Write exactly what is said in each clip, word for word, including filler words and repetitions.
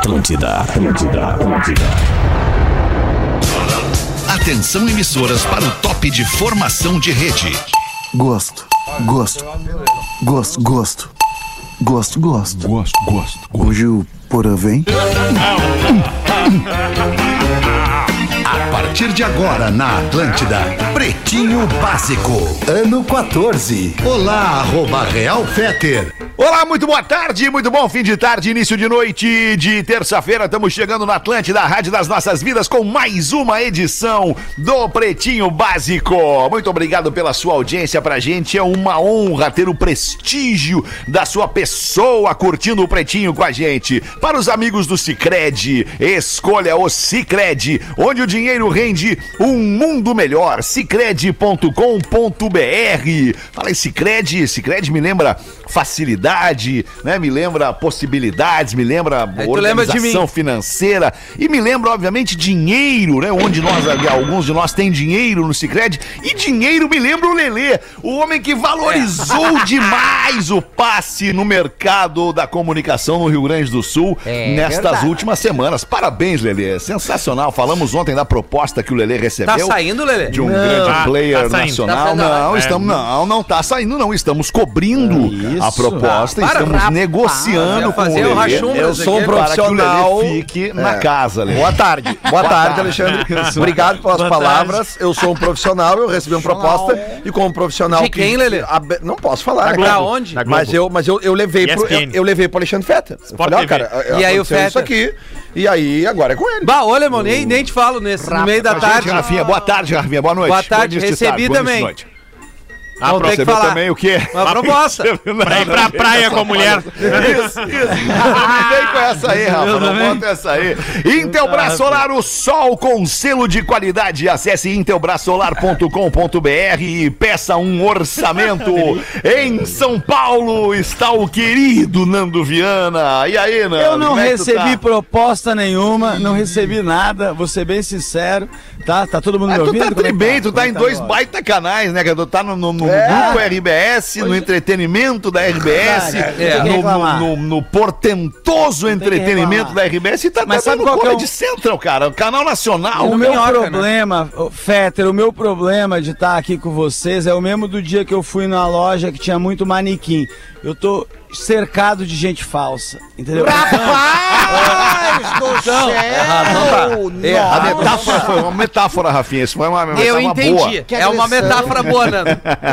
Atlântida, Atlântida, Atlântida. Atenção, emissoras para o top de formação de rede. Gosto, gosto, gosto, gosto, gosto, gosto, Gosto, gosto. Hoje o Porã vem. A partir de agora na Atlântida, Pretinho Básico, ano quatorze. Olá, arroba Real Feter. Olá, muito boa tarde, muito bom fim de tarde, início de noite de terça-feira. Estamos chegando na Atlântida, a Rádio das Nossas Vidas, com mais uma edição do Pretinho Básico. Muito obrigado pela sua audiência pra gente. É uma honra ter o prestígio da sua pessoa curtindo o Pretinho com a gente. Para os amigos do Sicredi, escolha o Sicredi, onde o dinheiro rende um mundo melhor. Sicredi ponto com ponto br. Fala em Sicredi, Sicredi me lembra facilidade, né? Me lembra possibilidades, me lembra Aí organização financeira e me lembra, obviamente, dinheiro, né? Onde nós, alguns de nós têm dinheiro no Sicredi, e dinheiro me lembra o Lelê, o homem que valorizou é. demais o passe no mercado da comunicação no Rio Grande do Sul é, nestas verdade. últimas semanas. Parabéns, Lelê, sensacional. Falamos ontem da proposta que o Lelê recebeu. Tá saindo, Lelê? De um não. grande tá, player tá nacional. Tá não, é. estamos, não, não tá saindo, não. Estamos cobrindo é a proposta, ah, estamos rapaz, negociando com o Lelê. Um Eu sou um profissional. Para que o Lelê fique é. na casa, Lelê. Boa tarde. Boa, Boa tarde, tarde, Alexandre. Obrigado pelas Boa palavras. Tarde. Eu sou um profissional, eu recebi uma proposta e como profissional... De quem, que, Lelê? Não posso falar. Pra onde? Mas eu, mas eu, eu levei pro, eu, eu levei pro Alexandre Fetter. Eu falei, ó, cara, e aí o Fetter? Isso aqui, e aí agora é com ele. Bah, olha, irmão, nem, nem te falo nesse, no meio da tarde. Gente, Rafinha, boa tarde, Rafinha, boa noite. Boa tarde, recebi também. Ah, não tem que falar. Também o quê? Uma proposta. Pra ir pra praia com a mulher. Isso, isso. Não vem com essa aí, Rafa. Não bota essa aí. Intelbras Solar, o sol com selo de qualidade. Acesse intelbras solar ponto com ponto br e peça um orçamento. Em São Paulo está o querido Nando Viana. E aí, Nando? Eu não é recebi tá? proposta nenhuma, não recebi nada, vou ser bem sincero. Tá, tá todo mundo me ah, ouvindo? Tu tá bem, tu tá em dois baita canais, né? Tu tá no, no, no É. grupo R B S, no entretenimento da R B S, é. no, no, no, no portentoso entretenimento da R B S e tá, Mas tá sabe no qual que é Comedy o... Central, cara, o canal nacional. O meu minhoca, problema, né? Fetter, o meu problema de estar aqui com vocês é o mesmo do dia que eu fui na loja que tinha muito manequim. Eu tô cercado de gente falsa, entendeu? Rapaz do céu! É, a metáfora foi uma metáfora, Rafinha. Isso foi uma metáfora Eu entendi. boa. É uma metáfora boa, Nando.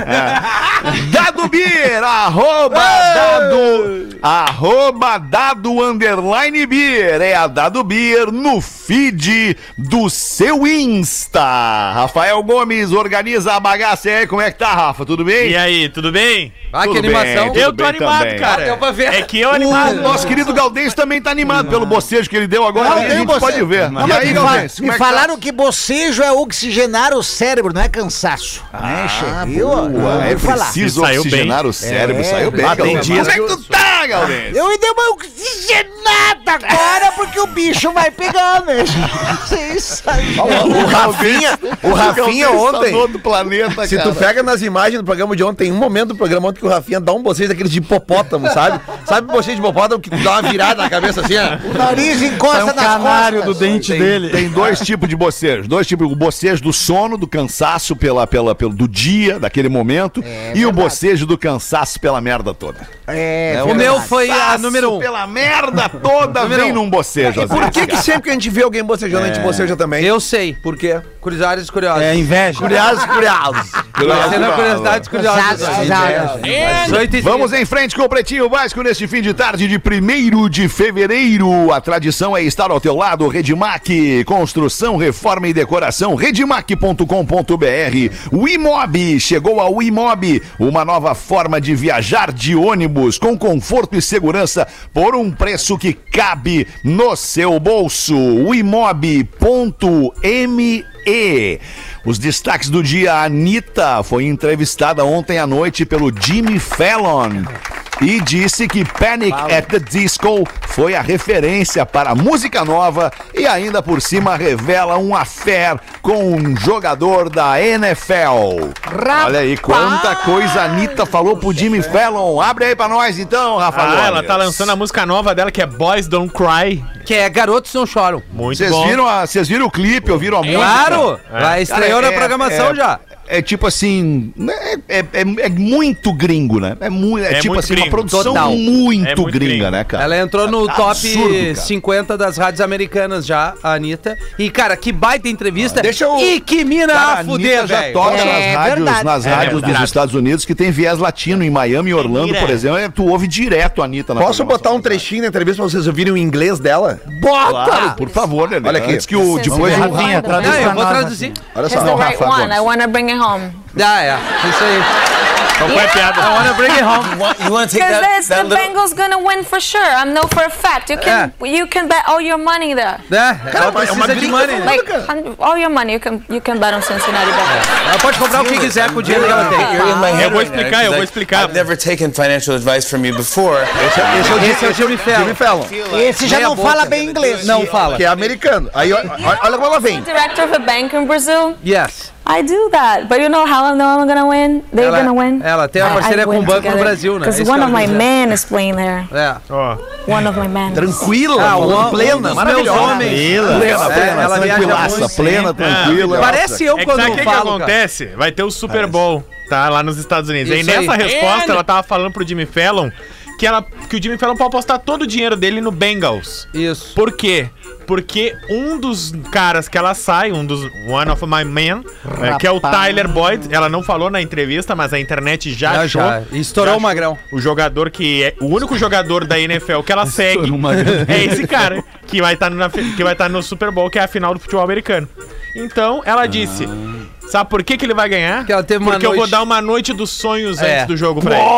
Dado Beer, arroba dado, arroba dado underline beer. É a Dado Beer no feed do seu Insta. Rafael Gomes organiza a bagaça aí. Como é que tá, Rafa? Tudo bem? E aí, tudo bem? Ah, tudo que animação. Bem, eu tô animado, também. cara. Deu pra ver. É que eu animado. O nosso querido Gaudêncio também tá animado pelo bocejo que ele deu agora. Não, e a gente bocejo. pode ver. Não, e aí, me Gaudêncio? Me como é que falaram tá? que bocejo é oxigenar o cérebro, não é cansaço. Ah, né, chefe? boa. Eu, É eu falar. preciso Saiu oxigenar o cérebro. É, Saiu bem, ah, tem Gaudêncio. dias Como é que tu tá, Gaudêncio? Eu dei uma oxigenada agora porque o bicho vai pegar, né? Isso aí. O Rafinha, o Rafinha ontem, Tá do planeta, se cara. tu pega nas imagens do programa de ontem, tem um momento do programa ontem que o Rafinha dá um bocejo daqueles de hipopótamo, sabe? Sabe o bocejo de hipopótamo que dá uma virada na cabeça assim, ó? O nariz encosta É um nas canário costas. do dente Tem, dele. tem dois tipos de bocejos. Dois tipos. O bocejo do sono, do cansaço pela, pela, pelo, do dia, daquele momento. É, e o verdade. bocejo do cansaço pela merda toda. É, O meu foi a número um. Pela merda toda vem num bocejo. às Por vezes, que que cara. sempre que a gente vê alguém bocejando, a gente boceja também? Eu sei. Por quê? Curiosidades curiosas. É inveja. Curiosos, curiosos. Sendo curiosidades curiosas. Exato, exato. Vamos em frente com o Pretinho Básico neste fim de tarde de primeiro de fevereiro. A tradição é estar ao teu lado. Redmac, construção, reforma e decoração. redmac ponto com ponto br. O Imob, chegou ao Imob, uma nova forma de viajar de ônibus com conforto e segurança por um preço que cabe no seu bolso. O imob ponto me. Os destaques do dia: a Anitta foi entrevistada ontem à noite pelo Jimmy Fallon. e disse que Panic at the Disco foi a referência para a música nova e ainda por cima revela um affair com um jogador da N F L. Olha aí, quanta coisa a Anitta falou pro Jimmy Fallon. Abre aí pra nós então, Rafa Ah, Gomes. ela tá lançando a música nova dela, que é Boys Don't Cry. Que é Garotos Não Choram. Muito Vocês bom. viram, a- vocês viram o clipe, ouviram a música? Claro! Ela estreou Cara, na é- programação é- já. É tipo assim, é, é, é- é muito gringo, né? É, mu é, É tipo muito assim, uma gringo. produção Total. muito, É muito gringa, gringo. né, cara? Ela entrou no top Absurdo, cara. cinquenta das rádios americanas já, a Anitta. E, cara, que baita entrevista. Deixa eu- E que mina Cara, a a Anitta fuder, já velho. toca É nas rádios, verdade. nas É rádios dos verdade. Estados Unidos que tem viés latino. Em Miami e Orlando, por exemplo, é, tu ouve direto a Anitta na Posso programação. botar um trechinho da entrevista pra vocês ouvirem o inglês dela? Claro, por favor, Lelê. Olha aqui. Antes que o, depois o Rafinha, Rafa... traduz Não, eu pra vou nós, traduzir. Olha só. It's the Não, right Rafa one. Gomes. I want to bring it home. Ah, é. Isso aí. Qual foi a piada? I wanna bring it home. Because this, the Bengals gonna win for sure. I know for a fact. You can you can bet all your money there. Né? Ela precisa de money. né? Like hun- all your money, you can you can bet on Cincinnati Bengals. Ela pode comprar o que quiser com o dinheiro que ela tem. You're in my Eu vou explicar, eu vou explicar. I've never taken financial advice from you before. Esse é, esse é o Esse é o Jimmy Fallon. Jimmy Fallon, Esse já Meia não boca. fala bem inglês. Não fala. que é americano. Aí ó, ó- olha como ela vem. Director of a bank in Brazil. Yes. I do that, but you know how I know I'm gonna win? They're Ela- gonna win. ela tem uma I- parceria I com win o banco no together. Brasil, né? Because Isso one que of ela my quis men is playing there. É. Ó, One of my men. Tranquila, Ah, falando um- um plena, dos maravilhosa. meus homens. Plena, É, plena, ela viaja tranquilaça, muito, plena, sim. tranquila. Parece eu é que quando sabe o eu que, que falo, cara. acontece? Vai ter o Super Bowl, tá? Lá nos Estados Unidos. Isso e aí, nessa aí. resposta, ela tava falando pro Jimmy Fallon que, ela, que o Jimmy Fallon pode apostar todo o dinheiro dele no Bengals. Isso. Por quê? Porque um dos caras que ela sai, um dos One of My Men, é, que é o Tyler Boyd, ela não falou na entrevista, mas a internet já Já, achou. já. Estourou já o magrão. O jogador que é o único jogador da N F L que ela segue o magrão. é esse cara que vai estar que vai estar no Super Bowl, que é a final do futebol americano. Então, ela disse, sabe por que que ele vai ganhar? Porque ela teve uma Porque eu vou noite- dar uma noite dos sonhos É. antes do jogo pra ele.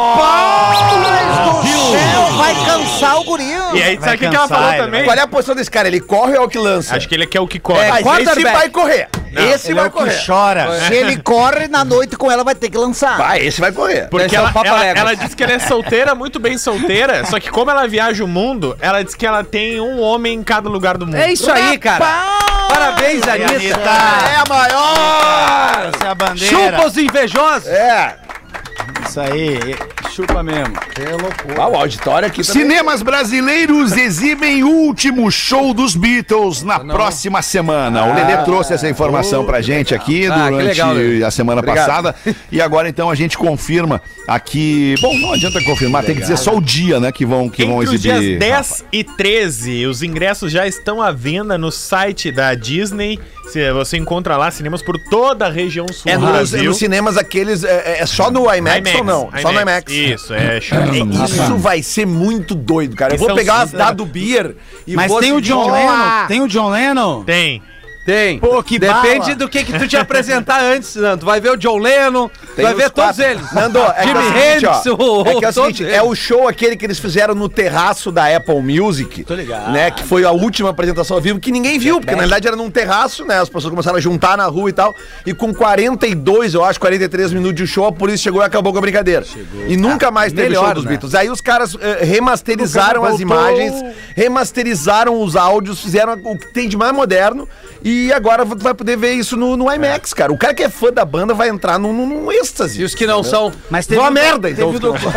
Rapaz do céu, vai cansar o guri. E aí, sabe o que, que ela cansar, falou ele também? Qual é a posição desse cara? Ele corre ou é o que lança? Acho que ele quer o que corre. É, Mas esse quarterback. vai correr. Esse Ele vai é o que correr. chora. Se ele corre na noite com ela, vai ter que lançar. Vai, esse vai correr. Porque Esse é o ela, Papa ela, Léguas. ela disse que ela é solteira, muito bem solteira, só que como ela viaja o mundo, ela disse que ela tem um homem em cada lugar do mundo. É isso aí, cara. Parabéns, Anitta. É a maior! Essa é a bandeira. Chupa os invejosos. É. Isso aí, chupa mesmo. Ah, o auditório aqui também. Cinemas brasileiros exibem o último show dos Beatles na próxima semana. O Lelê trouxe essa informação pra gente aqui Ah, que durante legal, Lelê. a semana Obrigado. passada. E agora então a gente confirma aqui. Bom, não adianta confirmar, tem que dizer só o dia, né, que vão, que vão Entre os exibir. dias dez e treze, os ingressos já estão à venda no site da Disney. Se- Você encontra lá cinemas por toda a região sul É do nos, Brasil. nos cinemas aqueles. É, é só no IMAX, ou não? Só no IMAX. Isso, é show. Isso vai ser muito doido, cara. Eu E vou são pegar as cinco- dados do Beer e Mas vou tem o assistir. John Lennon? Tem o John Lennon? Tem. Tem. Pô, que Depende bala. do que, que tu te apresentar antes, Nando. Tu vai ver o John Lennon, tu Tem vai os ver todos quatro. eles. Nando, é que é o Jimi seguinte, ó, Hendrix, o- é que é o todos seguinte, eles. é o show aquele que eles fizeram no terraço da Apple Music. Tô ligado. Né, que foi a última apresentação ao vivo, que ninguém viu, porque na realidade era num terraço, né? As pessoas começaram a juntar na rua e tal. E com quarenta e dois, eu acho, quarenta e três minutos de show, a polícia chegou e acabou com a brincadeira. E nunca mais teve melhor, show dos né? Beatles. Aí os caras eh, remasterizaram Nunca as voltou. imagens, remasterizaram os áudios, fizeram o que tem de mais moderno. E agora tu vai poder ver isso no, no IMAX, cara. O cara que é fã da banda vai entrar num, num, num êxtase. E os que não são. Mas Vão a merda, então. teve o do-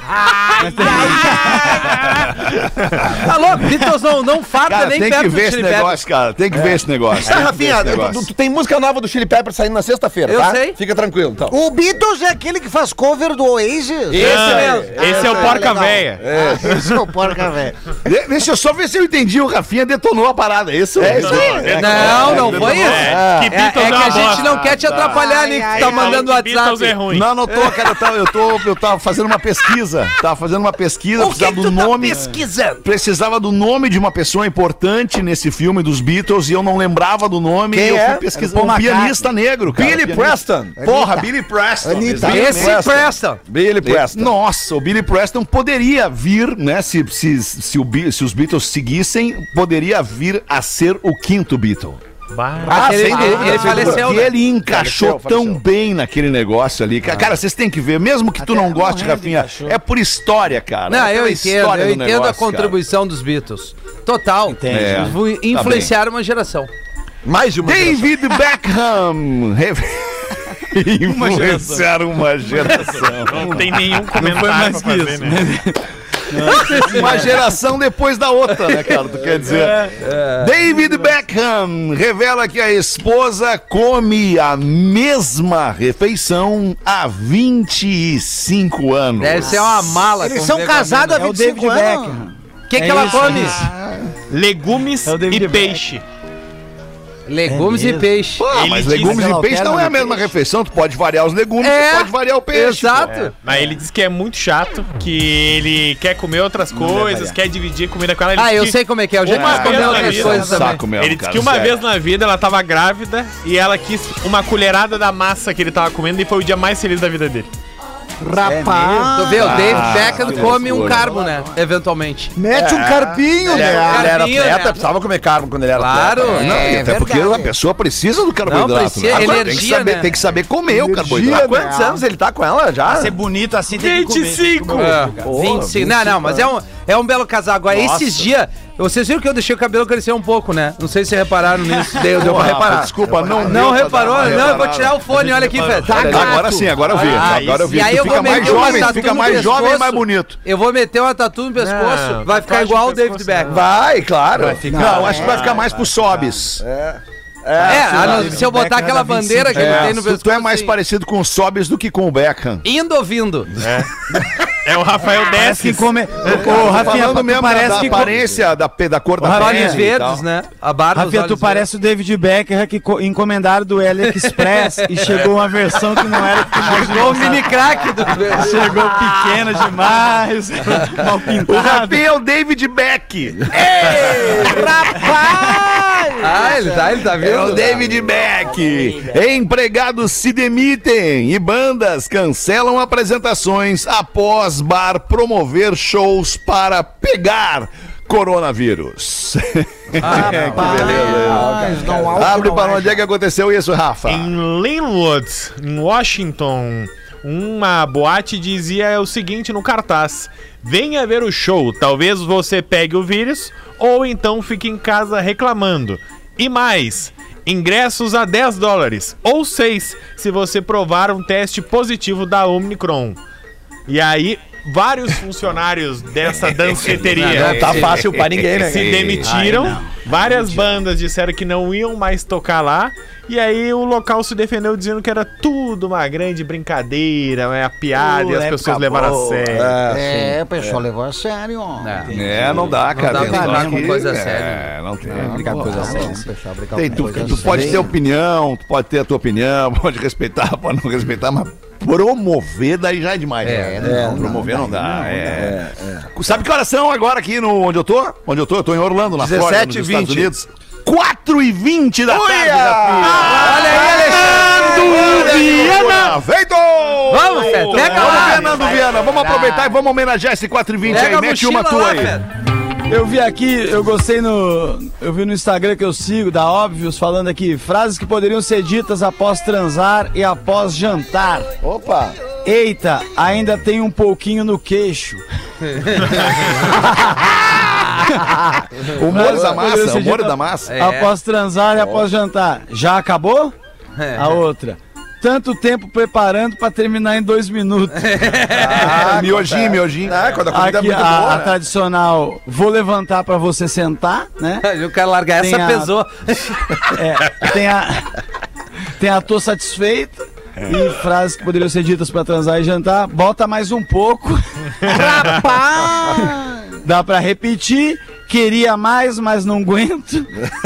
Tá louco? Beatles não, não farta Cara, nem tem perto que do ver esse Chili Peppers. negócio, cara. Tem que ver esse negócio. Tá, Tem que ver Rafinha, esse tu, negócio. tu tem música nova do Chili Peppers saindo na sexta-feira, Eu tá? sei. Fica tranquilo, então. O Beatles é aquele que faz cover do Oasis? Esse Não, mesmo. Esse é o Ah, Porca legal. Véia. Esse é o porca, velho. De- Deixa eu só ver se eu entendi. O Rafinha detonou a parada. Isso É isso aí. Não, não foi isso. É, que É, Beatles é que uma a gente bosta. não quer te atrapalhar ali, que tu tá ai, mandando Falou que Beatles é WhatsApp. ruim. Não, não tô, cara. Eu tava, eu tô, eu tava fazendo uma pesquisa. Tava fazendo uma pesquisa, precisava do nome. pesquisando? Precisava do nome de uma pessoa importante nesse filme dos Beatles e eu não lembrava do nome. Quem e eu é? fui pesquisar. Paul Um McCartney. pianista negro, cara. Billy Pianista. Preston. Porra, Billy Preston. Anitta. Billy Esse Preston. Preston. Billy Preston. Nossa, o Billy Preston poderia vir, né? Se, se, se, o Be- se os Beatles seguissem, poderia vir a ser o quinto Beatle. Ah, ele, sem ele, dúvida, ele sem faleceu, dúvida. né? E ele encaixou Faleceu, faleceu. tão bem naquele negócio ali. Ca- Cara, vocês têm que ver, mesmo que tu Até não goste, morrendo Rafinha, encaixou. é por história, cara. Não, É eu pela entendo, história eu do entendo negócio, a contribuição dos Beatles. Total. Entende. É. Eles vão influenciar uma geração. Mais de uma cara. geração. David Beckham. Re- Influenciaram uma geração. Não tem nenhum comentário Foi mais pra que fazer, isso. né? Uma geração depois da outra, né, cara? Tu quer dizer? David Beckham revela que a esposa come a mesma refeição há vinte e cinco anos. Deve ser uma mala. Eles são conver com a casados há mina. É o vinte e cinco David anos. Beckham. O que, que É ela isso, come? é isso. Legumes É o David e Beckham. peixe. Legumes É e mesmo? peixe. Pô, Ele mas disse legumes que e ela peixe não é a altera mesma no refeição. Tu pode variar os legumes, É, tu pode variar o peixe. Exato. pô. Mas ele disse que é muito chato, que ele quer comer outras coisas, quer dividir comida com ela. Ele Ah, disse eu que sei como é que é. Eu já uma quis comer vez na outras vida- coisas também. Saco mesmo, Ele disse cara, que uma sério. vez na vida ela tava grávida e ela quis uma colherada da massa que ele tava comendo e foi o dia mais feliz da vida dele. Rapaz. Tu vê, o David Ah, Beckham que come um loucura. carbo, né? Eventualmente. Mete um carpinho, Ele né? era, ele era Carpinho, atleta, né? precisava comer carbo quando ele era Claro. atleta. Não, É e até porque verdade. a pessoa precisa do carboidrato. Não, precisa, né? Agora tem, que energia, saber, né? tem que saber comer o Energia, carboidrato. Há quantos né? anos ele tá com ela já? Pra ser bonito assim tem que comer. vinte e cinco! É, Pô, vinte e cinco. Não, não, mas é um, é um belo casal. Agora, Nossa. esses dias, vocês viram que eu deixei o cabelo crescer um pouco, né? Não sei se vocês repararam nisso. Deu, deu pra Rafa, reparar. Desculpa, não Não deu pra reparou? dar uma Não, eu vou reparada. tirar o fone, olha aqui, velho. Tá gato. Agora sim, agora eu vi. Ah, agora eu vi. e aí Tu eu fica vou mais meter uma jovem, tu tatu fica no mais jovem e pescoço. mais bonito. Eu vou meter uma tatu no pescoço, Não, vai ficar tatuagem igual no o David pescoço Beckham. Vai, claro. Não, acho que vai ficar mais pro sobes. É, a não- se eu botar Beckham aquela era vinte e cinco. bandeira que ele É, tem no tu, pescoço. tu é mais assim, parecido com o sobes do que com o Beckham. Indo ou vindo? É o Rafael Parece que Desses. come... Ô, Rafinha, Falando tu mesmo parece da que... aparência, da, pe- da cor da Rafinha, pele Olhos e verdes, tal. né? A barba Rafinha, tu parece o David Beckham que co- encomendaram do AliExpress e chegou uma versão que não era que tu Igual imaginou. o mini crack do... Chegou pequena demais, mal O pintado. Rafinha é o David Beck. Ah, ele tá, ele tá vendo? É o David Beck. Empregados se demitem e bandas cancelam apresentações após bar promover shows para pegar coronavírus. Rapaz, não há o que Abre não para haja. onde é que aconteceu isso, Rafa? Em Linwood, em Washington, uma boate dizia o seguinte no cartaz: venha ver o show, talvez você pegue o vírus ou então fique em casa reclamando. E mais, ingressos a dez dólares ou seis se você provar um teste positivo da Omicron. E aí, vários funcionários dessa danceteria Não tá fácil pra ninguém, né? se demitiram. Várias bandas disseram que não iam mais tocar lá. E aí o local se defendeu dizendo que era tudo uma grande brincadeira, uma piada, Uh, e as época pessoas levaram boa. a sério. É, o pessoal levou a sério. É, não dá, cara. dá Tem pra brincar só com que- coisa é, séria. não tem. Brincar com coisa séria. Tem, tu, tu pode ter opinião, tu pode ter a tua opinião, pode respeitar, pode não respeitar, mas promover daí já é demais. É, né? não, promover não, dá. é. Sabe que horas são agora aqui no onde eu tô? Onde eu tô? Eu tô em Orlando, na Flórida, nos dezessete e Estados vinte. Unidos. quatro e vinte da tarde, Uia! Rafinha. Olha aí, Alexandre! Viana! Feito! Vamos, Fé, pega Vamos, lá. Fernando Viana, vamos aproveitar e vamos homenagear esse quatro e vinte aí. Pega a Mete mochila uma tua lá, aí. Fé. Eu vi aqui, eu gostei no. Eu vi no Instagram que eu sigo, da Óbvios, falando aqui, frases que poderiam ser ditas após transar e após jantar. Opa! Eita, ainda tem um pouquinho no queixo. O molho da massa, Poderia ser o molho dito da massa. É. Após transar e após jantar. Já acabou? A outra. Tanto tempo preparando pra terminar em dois minutos. Ah, miojinho, miojinho. Ah, quando a comida Aqui é muito a, boa, a né? tradicional, vou levantar pra você sentar, né? Eu quero largar Tem essa, a- pesou. É, tem a. Tem a tô satisfeita. E frases que poderiam ser ditas pra transar e jantar. Bota mais um pouco. Rapaz! Dá pra repetir. Queria mais, mas não aguento.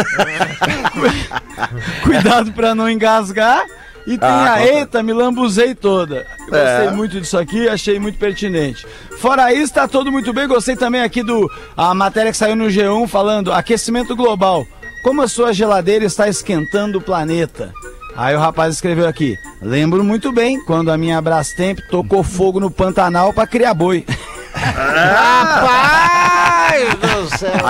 Cuidado pra não engasgar. E tem Ah, a conta. eita, me lambuzei toda. Eu Gostei muito disso aqui, achei muito pertinente. Fora isso, tá tudo muito bem. Gostei também aqui do a matéria que saiu no G um falando aquecimento global. Como a sua geladeira está esquentando o planeta? Aí o rapaz escreveu aqui: lembro muito bem quando a minha Brastemp tocou fogo no Pantanal pra criar boi. Rapaz do céu!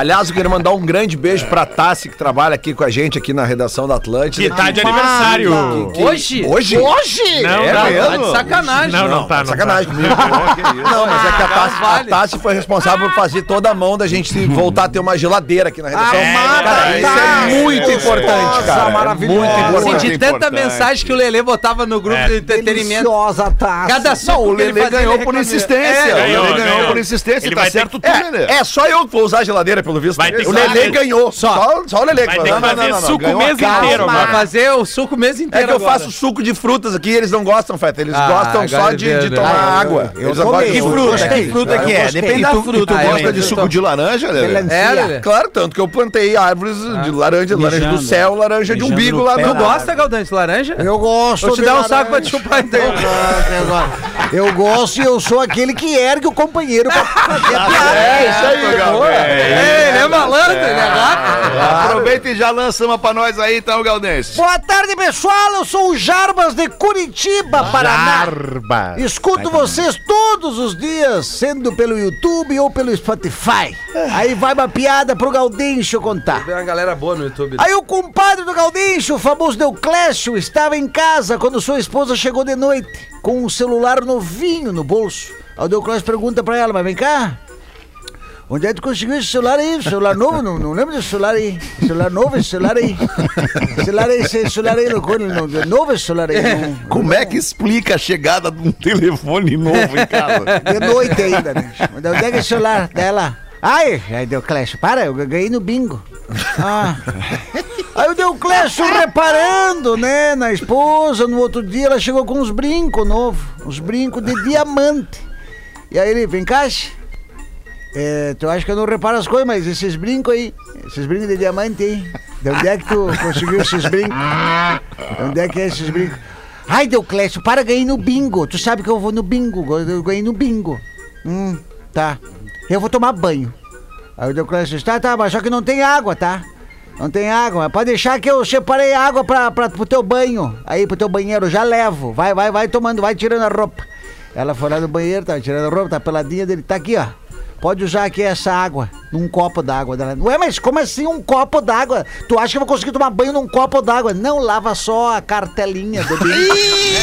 Aliás, eu quero mandar um grande beijo pra Tassi, que trabalha aqui com a gente, aqui na redação da Atlântida. Que tá de aniversário. Que- que- Hoje? Hoje? Hoje? Não, É não, mesmo? Tá de sacanagem. Não, não tá, não Sacanagem tá. comigo. Não, mas é que a Tassi, a Tassi foi responsável por fazer toda a mão da gente voltar a ter uma geladeira aqui na redação. Ah, Cara, isso é muito importante, cara. É maravilhosa. muito importante. Senti tanta importante. mensagem que o Lelê botava no grupo É. de entretenimento. Deliciosa taça. Cada Não, soco o que ele Lelê fazia, ganhou ele por reclamia. insistência. É, o ganhou, Lelê ganhou ganhou. por insistência. Ele Tá vai ter certo que- tu, Lelê. É, é só eu que vou usar a geladeira, pelo visto. Vai ter que O Lelê fazer- ganhou. Só, só o Lelê Vai que ter que vai usar. fazer suco o ganhou a mês calma. inteiro Vai agora. fazer o suco o mês É inteiro que eu agora. faço suco de frutas aqui, eles não gostam, Feta. Eles Ah, gostam só agora de, é de verdade. tomar Ah, água. eu Eles não tomei, gostam de eu fruta. gostei. Que fruta que Eu é? gostei. Depende E da tu- fruta. Tu Ah, gosta é, de eu suco tô- de laranja, Lelê? Melancia. É, Lelê? Claro, tanto que eu plantei árvores de laranja, laranja do Mijando. céu, laranja de Mijando umbigo no lá pé no Tu da gosta, Galdante, laranja? Eu gosto. Vou te de dar um saco pra laranja. te chupar então. Eu gosto, eu gosto. Eu gosto e eu sou aquele que ergue o companheiro pra fazer a piada. É, isso aí, Galvão. É, ele é malandro, ele é gato. Aproveita e já lança uma pra nós aí, então, Galdense. Boa tarde, pessoal. Eu sou o Jarbas de Curitiba, Paraná. Barba. Escuto vocês todos os dias, sendo pelo YouTube ou pelo Spotify. Aí vai uma piada pro Gaudêncio contar. Tem uma galera boa no YouTube. Aí o compadre do Gaudêncio, o famoso Deuclésio, estava em casa quando sua esposa chegou de noite, com um celular novinho no bolso. Aí o Deuclésio pergunta pra ela, mas vem cá, onde é que tu conseguiu esse celular aí? Celular novo? Não, não lembro desse celular aí. Celular novo, esse celular aí. Celular aí, esse celular aí, louco, não, novo esse celular aí. Não, Como é que explica a chegada de um telefone novo em casa? de noite ainda, né? Onde é que é o celular dela? Ai, aí deu Clécio, para, eu ganhei no bingo. Ah. Aí o Deuclésio reparando, né, na esposa, no outro dia ela chegou com uns brincos novos, uns brincos de diamante. E aí ele, vem cá, é, tu acha que eu não reparo as coisas, mas esses brincos aí, esses brincos de diamante aí, de onde é que tu conseguiu esses brincos? De onde é que é esses brincos? Ai, Deuclésio, para, ganhei no bingo. Tu sabe que eu vou no bingo, eu ganhei no bingo. Hum, tá. Eu vou tomar banho. Aí o Deuclésio disse, tá, tá, mas só que não tem água, tá? Não tem água, mas pode deixar que eu separei água pra, pra, pro teu banho. Aí, pro teu banheiro, já levo. Vai, vai, vai tomando, vai tirando a roupa. Ela foi lá no banheiro, tá tirando a roupa, tá peladinha dele. Tá aqui, ó. Pode usar aqui essa água, num copo d'água dela. Ué, mas como assim um copo d'água? Tu acha que eu vou conseguir tomar banho num copo d'água? Não, lava só a cartelinha do bingo.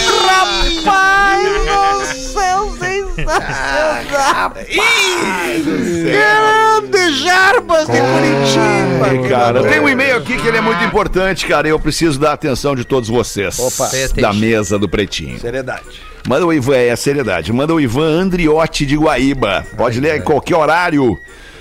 Rapaz do céu, sensacional. Grande Jarbas de Curitiba. Ai, cara, tem um e-mail aqui que ele é muito importante, cara, e eu preciso da atenção de todos vocês. Opa. Da mesa do Pretinho. Seriedade. Manda o Ivan, é seriedade. Manda o Ivan Andriotti de Guaíba. Pode ler em qualquer horário.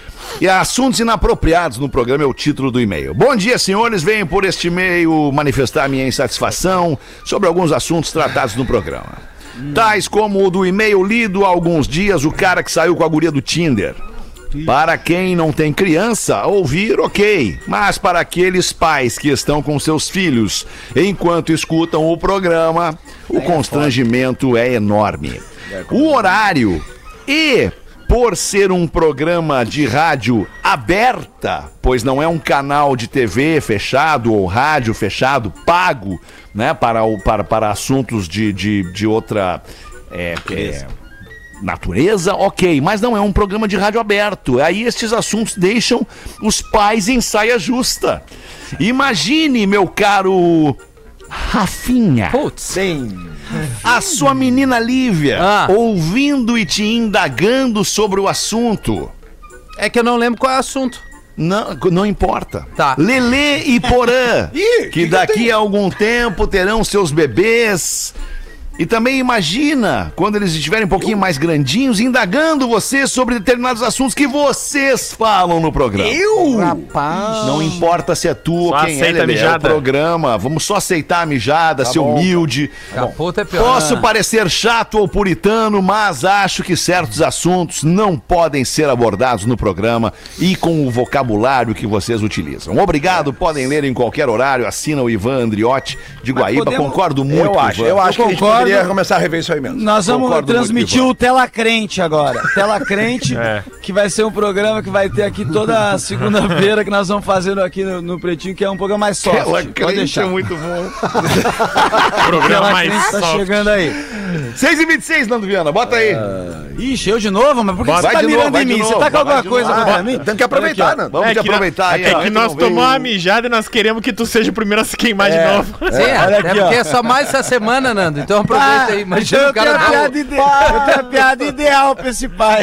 E assuntos inapropriados no programa é o título do e-mail. Bom dia, senhores. Venho por este e-mail manifestar minha insatisfação sobre alguns assuntos tratados no programa. Tais como o do e-mail lido há alguns dias, o cara que saiu com a guria do Tinder. Para quem não tem criança, ouvir, ok. Mas para aqueles pais que estão com seus filhos enquanto escutam o programa, o constrangimento é enorme. O horário e, por ser um programa de rádio aberta, pois não é um canal de T V fechado ou rádio fechado, pago, né, para, o, para, para assuntos de, de, de outra... É, é, natureza, ok, mas não é um programa de rádio aberto. Aí estes assuntos deixam os pais em saia justa. Imagine, meu caro Rafinha, Putz. Sim. a sua menina Lívia, Ah. ouvindo e te indagando sobre o assunto. É que eu não lembro qual é o assunto. Não, não importa. Tá. Lelê e Porã, Ih, que, que que daqui a algum tempo terão seus bebês. E também imagina, quando eles estiverem um pouquinho mais grandinhos, indagando você sobre determinados assuntos que vocês falam no programa. Eu? Rapaz. Não importa se é tu ou Só quem é, aceita a Lelê, é o mijada. programa. Vamos só aceitar a mijada, ser bom, humilde. Capota é pior. Posso parecer chato ou puritano, mas acho que certos assuntos não podem ser abordados no programa e com o vocabulário que vocês utilizam. Obrigado, podem ler em qualquer horário. Assina o Ivan Andriotti de Guaíba. podemos- Concordo muito Eu com o acho, Ivan. eu acho que a gente concordo. poderia começar a rever isso aí mesmo. Nós vamos Concordo transmitir muito, o Tela Crente agora. Tela Crente, É. que vai ser um programa que vai ter aqui toda a segunda-feira, que nós vamos fazendo aqui no, no Pretinho, que é um programa mais soft. Ela Pode crente deixar. é muito bom. Programa Tela mais Crente tá soft. chegando aí. seis e vinte e seis, Nando Viana, bota aí. Ixi, eu de novo? Mas por que Vai você tá de novo, mirando vai em de mim? novo, Você tá com vai alguma de coisa novo. pra mim? Tem que aproveitar, né? Vamos É te que, aproveitar aí. é ó. que nós Não veio- tomamos uma mijada e nós queremos que tu seja o primeiro a se queimar de novo. Sim, é, olha até aqui, porque ó. é só mais essa semana, Nando. Então aproveita aí. Imagina eu, o cara tenho a dar piada ide... eu tenho a piada ideal pra esse pai.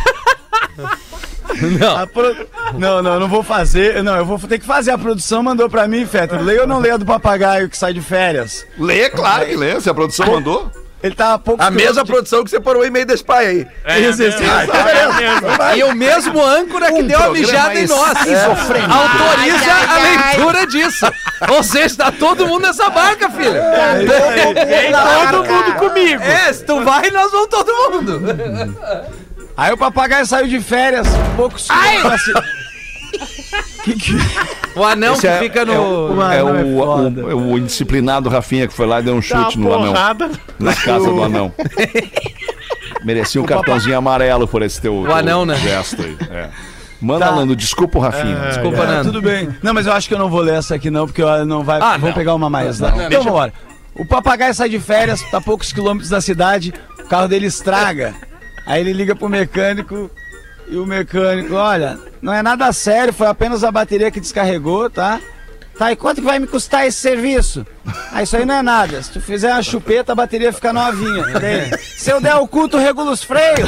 Não. A pro- Não, não, eu não vou fazer. Não, eu vou ter que fazer. A produção mandou pra mim, Feta. Leia ou não leia do papagaio que sai de férias? Lê, claro que lê, se a produção mandou. Ele tá há pouco. A mesma produção que você parou o e-mail desse pai aí. É, Isso, isso, mesmo. isso. É mesmo. E o mesmo âncora que deu a mijada em nós. Autoriza a leitura disso. Ou seja, tá todo mundo nessa barca, filha. Vem todo mundo comigo. É, se tu vai, nós vamos todo mundo. Aí o papagaio saiu de férias, poucos quilômetros. Que que... O anão Esse que é- fica no... É, o, Mano, é é o, foda. o- o indisciplinado Rafinha que foi lá e deu um Dá chute uma no anão. porrada. Na casa do anão. Merecia um cartãozinho amarelo por esse teu, teu anão, né? gesto aí. É. Manda, Tá. Nando, desculpa o Rafinha. Desculpa, É, Nando. tudo bem. Não, mas eu acho que eu não vou ler essa aqui não, porque eu não vai. Ah, vou não. pegar uma mais lá. Não, Então vambora. O papagaio sai de férias, tá a poucos quilômetros da cidade, o carro dele estraga. Aí ele liga pro mecânico e o mecânico, olha, não é nada sério, foi apenas a bateria que descarregou, tá? Tá, e quanto que vai me custar esse serviço? Ah, isso aí não é nada. Se tu fizer uma chupeta, a bateria fica novinha. Daí, se eu der o cu, tu regula os freios.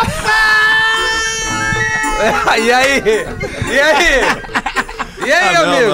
E aí? E aí? E aí, amigo?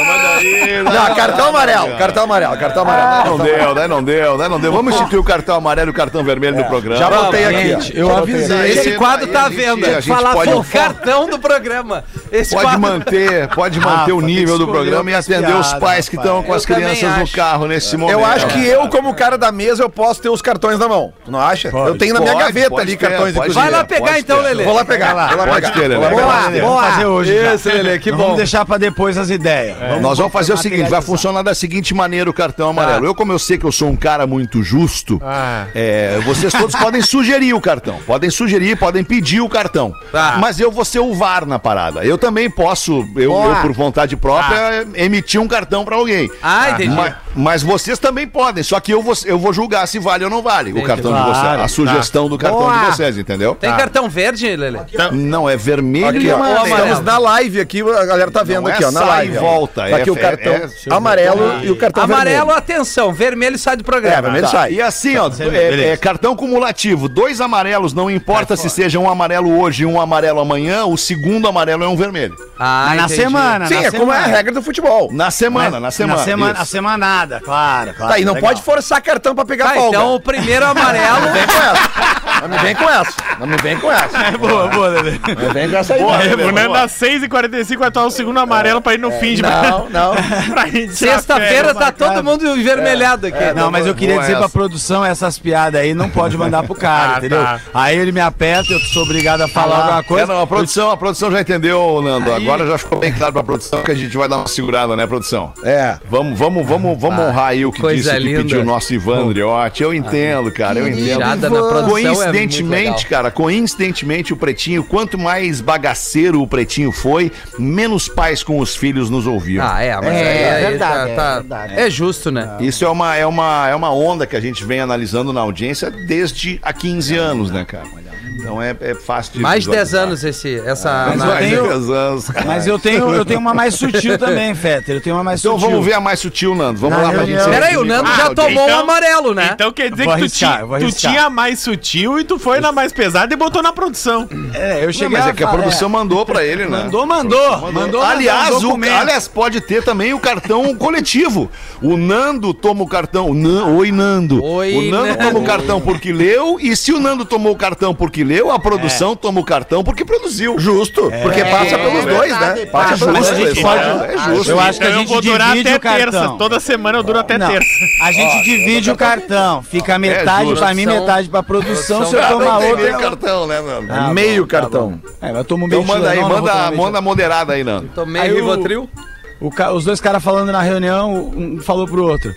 Não, cartão amarelo, cartão amarelo, cartão amarelo. Não deu, daí não deu, daí não deu. Vamos instituir o cartão amarelo e o cartão vermelho no programa. Já botei aqui, Gente, ó. eu avisei. Esse Aí- quadro aí tá a à gente- venda. a gente Falar pode- o cartão do programa. Esse Pode quadro... manter, pode manter Rafa, o tem que nível do escolher programa e outras atender os piadas, pais que estão rapaz. com as Eu também crianças no acho. carro nesse momento. Eu acho que eu, como cara da mesa, eu posso ter os cartões na mão. Tu não acha? eu tenho na minha Pode, gaveta pode ali ter, cartões, pode inclusive. Vai lá ter, pegar pode então, ter. Lelê. Vou lá pegar, vou lá Pode pegar. ter, Lelê. Vou lá pegar. Boa, vamos fazer hoje. já. Isso, Lelê, que Não bom. Vamos deixar pra depois as ideias. Vamos- Nós vamos fazer o vamos seguinte, vai materializar. funcionar da seguinte maneira o cartão amarelo. Eu, como eu sei que eu sou um cara muito justo, Ah. é, vocês todos podem sugerir o cartão. Podem sugerir, podem pedir o cartão. Tá. Mas eu vou ser o V A R na parada. Eu também posso, eu, eu, por vontade própria, emitir um cartão pra alguém. Ah, entendi. Ma- Mas, vocês também podem, só que eu vou, eu vou julgar se vale ou não vale o cartão de vocês. Claro, A sugestão do cartão Boa. de vocês, entendeu? Tem cartão verde, Lelê? Não, é vermelho Aqui, e ó, amarelo. estamos na live aqui, a galera tá vendo Não é aqui, ó, na sai live. e ó. volta, Tá é- aqui o é- cartão é- amarelo e o cartão Amarelo, vermelho. atenção, vermelho sai do programa. É, vermelho Tá, sai. E assim, ó, é, é cartão cumulativo. Dois amarelos, não importa se seja um amarelo hoje e um amarelo amanhã, o segundo amarelo é um vermelho. Ah, Mas na entendi. semana, Sim, na é como é a semana. regra do futebol. Na semana, na semana. Na semana, isso. a semanada, claro, claro. Tá, e não legal. pode forçar cartão pra pegar Ah, folga. então o primeiro amarelo... Não vem com essa. Não me vem com essa. Não me vem com essa. É boa, boa, Lelê. Não me vem com essa aí. Boa, não. Lelê. O Nando às seis e quarenta e cinco vai tomar o segundo amarelo pra ir no fim de Não, não. pra gente Sexta-feira tá marcado. todo mundo envermelhado aqui. Não, mas eu queria boa dizer pra essa. produção, essas piadas aí não pode mandar pro cara, Ah, entendeu? tá. Aí ele me aperta, eu sou obrigado a falar alguma coisa. É, não, a produção, a produção já entendeu, Nando. Agora já ficou bem claro pra produção que a gente vai dar uma segurada, né, produção? É. Vamos, vamos, vamos, vamos honrar aí o que coisa disse, que linda. pediu o nosso Ivan Andriotti. Eu entendo, cara, eu entendo. Mijada na produção é muito Coincidentemente, legal. cara, coincidentemente o Pretinho, quanto mais bagaceiro o Pretinho foi, menos pais com os filhos nos ouviam. Ah, é, mas É, aí, aí verdade, tá, é tá- verdade. é justo, né? Isso é uma, é, uma, é uma onda que a gente vem analisando na audiência desde há quinze anos, né, cara? Então é, é fácil de Mais de dez visualizar. anos esse, essa Mas eu análise. Mais de tenho- dez anos, cara. Mas eu tenho, eu tenho uma mais sutil também, Fetter. Eu tenho uma mais Então sutil. vamos ver a mais sutil, Nando. Vamos Na lá pra reunião- gente. Peraí, o Nando já Ah, tomou então- um amarelo, né? Então quer dizer Vou que tu, arriscar, tinha, vou tu arriscar. tinha a mais sutil e tu foi na mais pesada e botou na produção. É, eu Não, cheguei mas é que a falar- produção mandou pra ele, né? Mandou, mandou. Mandou, Aliás, mandou um o, documento. aliás, pode ter também o cartão coletivo. O Nando toma o cartão. O Nan- Oi, Nando. Oi, o Nando Nando. toma o cartão porque leu. E se o Nando tomou o cartão porque leu, a produção toma o cartão porque produziu. Justo. Porque passa pelos é dois, né? verdade, Passa passa. pelos Mas a dois. gente pode. É justo. Eu acho que a Então eu gente vou durar divide até o cartão. terça. Toda semana eu duro até Não, terça. a gente divide o cartão. Fica metade justo. pra mim, Produção- metade pra produção. Se eu produção- tomar Não tem outra. meio eu- cartão, né, Nando? Ah, Meio bom, tá cartão. bom. É, mas eu tomo Então meio manda aí, Tilenol, não vou manda, tomar meio manda moderada aí, Nando. Tomei Aí o o- Rivotril. O ca- Os dois caras falando na reunião, um falou pro outro: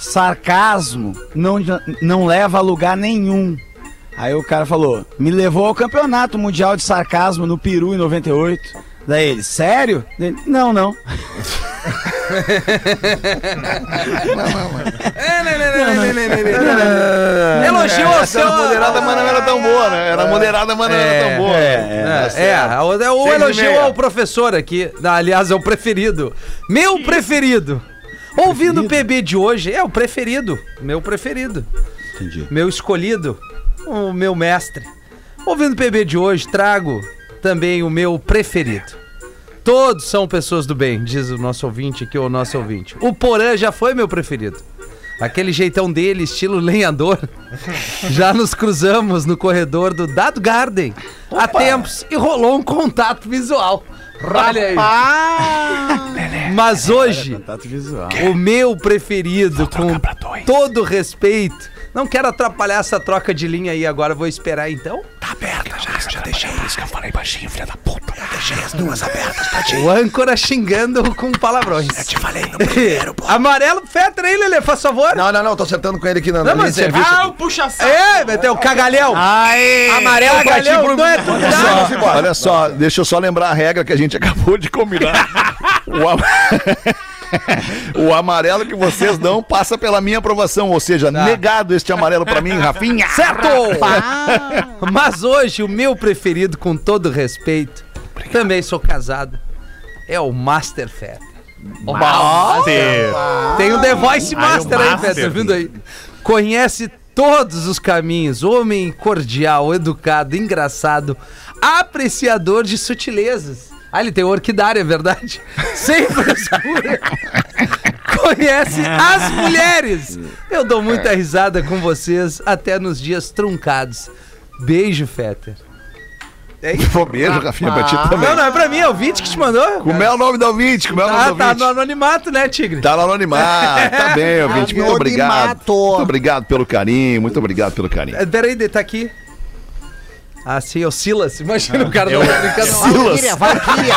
sarcasmo não, não leva a lugar nenhum. Aí o cara falou: me levou ao campeonato mundial de sarcasmo no Peru em noventa e oito. Daí ele: sério? Ele, não, não. É, né, né, Elogiou o seu... A mulherada, mas não era tão boa, né? Era a mulherada, mas não era tão boa. É, é, é, o elogio ao professor aqui, aliás, é o preferido. Meu preferido. Ouvindo o P B de hoje, é o preferido. Meu preferido. Entendi. Meu escolhido. O meu mestre. Ouvindo o P B de hoje, trago também o meu preferido. Todos são pessoas do bem, diz o nosso ouvinte aqui, o nosso ouvinte. O Porã já foi meu preferido. Aquele jeitão dele, estilo lenhador. Já nos cruzamos no corredor do Dado Garden há tempos e rolou um contato visual. Olha aí. Mas hoje, o meu preferido, com todo respeito, não quero atrapalhar essa troca de linha aí agora, vou esperar então. Tá aberta já, já deixei, por isso que eu falei baixinho, filha da puta. Eu deixei as duas abertas pra ti. O âncora xingando com palavrões. Eu te falei no primeiro, pô. Amarelo, Fetter aí, Lelê, faz favor. Não, não, não, tô acertando com ele aqui na Não, mas é... Ah, o puxa-saco. É, vai ter o cagalhão. Aê. Amarelo, cagalhão, pro... não é tudo. Olha só, olha só, deixa eu só lembrar a regra que a gente acabou de combinar. O am... O amarelo que vocês dão passa pela minha aprovação, ou seja, tá. Negado este amarelo pra mim, Rafinha. Certo! Mas hoje o meu preferido, com todo respeito, obrigado. Também sou casado, é o Master Fetter. O Master! Tem o The Voice Master aí, Fetter, vindo aí. Conhece todos os caminhos, homem cordial, educado, engraçado, apreciador de sutilezas. Ah, ele tem orquidária, é verdade? Sem frescura. Conhece as mulheres. Eu dou muita risada com vocês até nos dias truncados. Beijo, Fetter. É isso. Beijo, Rafinha, pra ti também. Não, não é pra mim, é o Vinte que te mandou. Como é o nome do ouvinte? Como é o nome Ah, do ouvinte? tá no anonimato, né, Tigre? Tá no anonimato, tá bem, ouvinte. Muito obrigado. Muito obrigado pelo carinho, muito obrigado pelo carinho. É, peraí, tá aqui. Ah, sim, é o Silas. Imagina o cara eu... não brincando. Valkyria, Valkyria.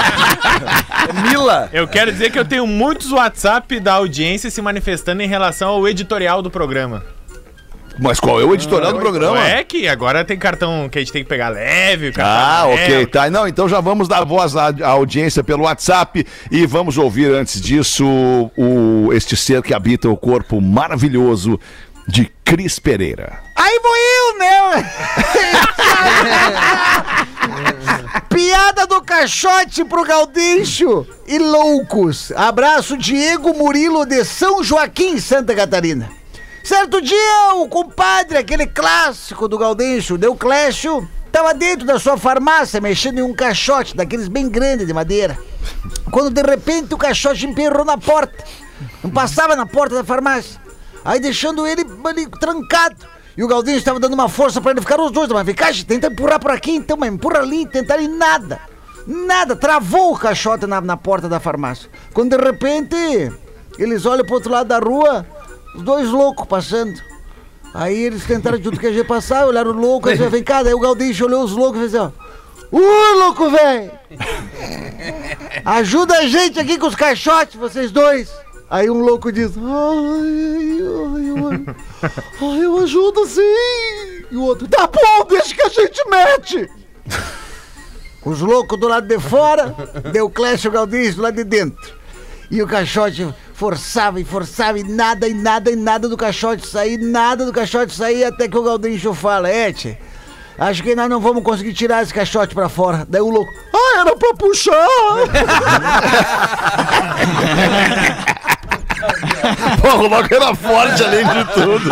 Mila. Eu quero dizer que eu tenho muitos WhatsApp da audiência se manifestando em relação ao editorial do programa. Mas qual é o editorial ah, do programa? É que agora tem cartão que a gente tem que pegar leve. Ah, leve. ok, tá. Não, então já vamos dar voz à, à audiência pelo WhatsApp e vamos ouvir antes disso o, este ser que habita o corpo maravilhoso de Cris Pereira. Aí vou eu, né? Piada do caixote pro Gaudêncio e loucos. Abraço, Diego Murilo de São Joaquim, Santa Catarina. Certo dia, o compadre, aquele clássico do Gaudêncio, deu Clécio, tava dentro da sua farmácia mexendo em um caixote daqueles bem grandes de madeira. Quando de repente o caixote emperrou na porta. Não passava na porta da farmácia. Aí deixando ele ali trancado. E o Gaudêncio estava dando uma força pra ele ficar os dois. Mas ficar, tenta empurrar por aqui então, mas empurra ali, tentar e nada. Nada, travou o caixote na, na porta da farmácia. Quando de repente eles olham pro outro lado da rua, os dois loucos passando. Aí eles tentaram de tudo que a gente passar, olharam o louco, aí vem cá, daí o Gaudêncio olhou os loucos e fez assim, ó. Uh, louco, velho! Ajuda a gente aqui com os caixotes, vocês dois. Aí um louco diz, ai, ai, ai, ai, eu ajudo sim. E o outro, tá bom, deixa que a gente mete. Os loucos do lado de fora, deu Clécio e o Gaudêncio do lado de dentro. E o caixote forçava e forçava e nada, e nada, e nada do caixote sair, nada do caixote sair, até que o Gaudêncio fala, é, tchê, acho que nós não vamos conseguir tirar esse caixote pra fora. Daí o louco, ah, era pra puxar. Pô, o louco era forte além de tudo.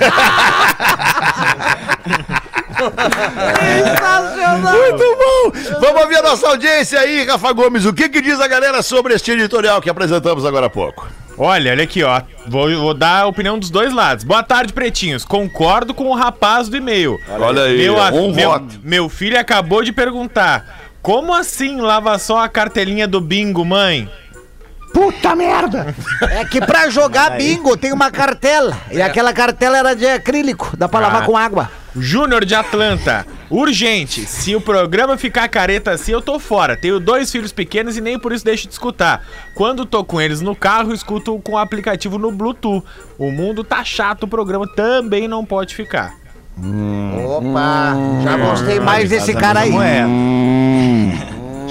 Muito bom! Vamos ouvir a nossa audiência aí, Rafa Gomes. O que, que diz a galera sobre este editorial que apresentamos agora há pouco? Olha, olha aqui, ó. Vou, vou dar a opinião dos dois lados. Boa tarde, pretinhos. Concordo com o rapaz do e-mail. Olha aí, meu, um meu, voto. Meu filho acabou de perguntar: como assim lava só a cartelinha do bingo, mãe? Puta merda! É que pra jogar bingo tem uma cartela. E aquela cartela era de acrílico. Dá pra ah. lavar com água. Júnior de Atlanta. Urgente. Se o programa ficar careta assim, eu tô fora. Tenho dois filhos pequenos e nem por isso deixo de escutar. Quando tô com eles no carro, escuto com o aplicativo no Bluetooth. O mundo tá chato, o programa também não pode ficar. Hum, Opa! Hum, já gostei mais desse cara aí. Hum. Acho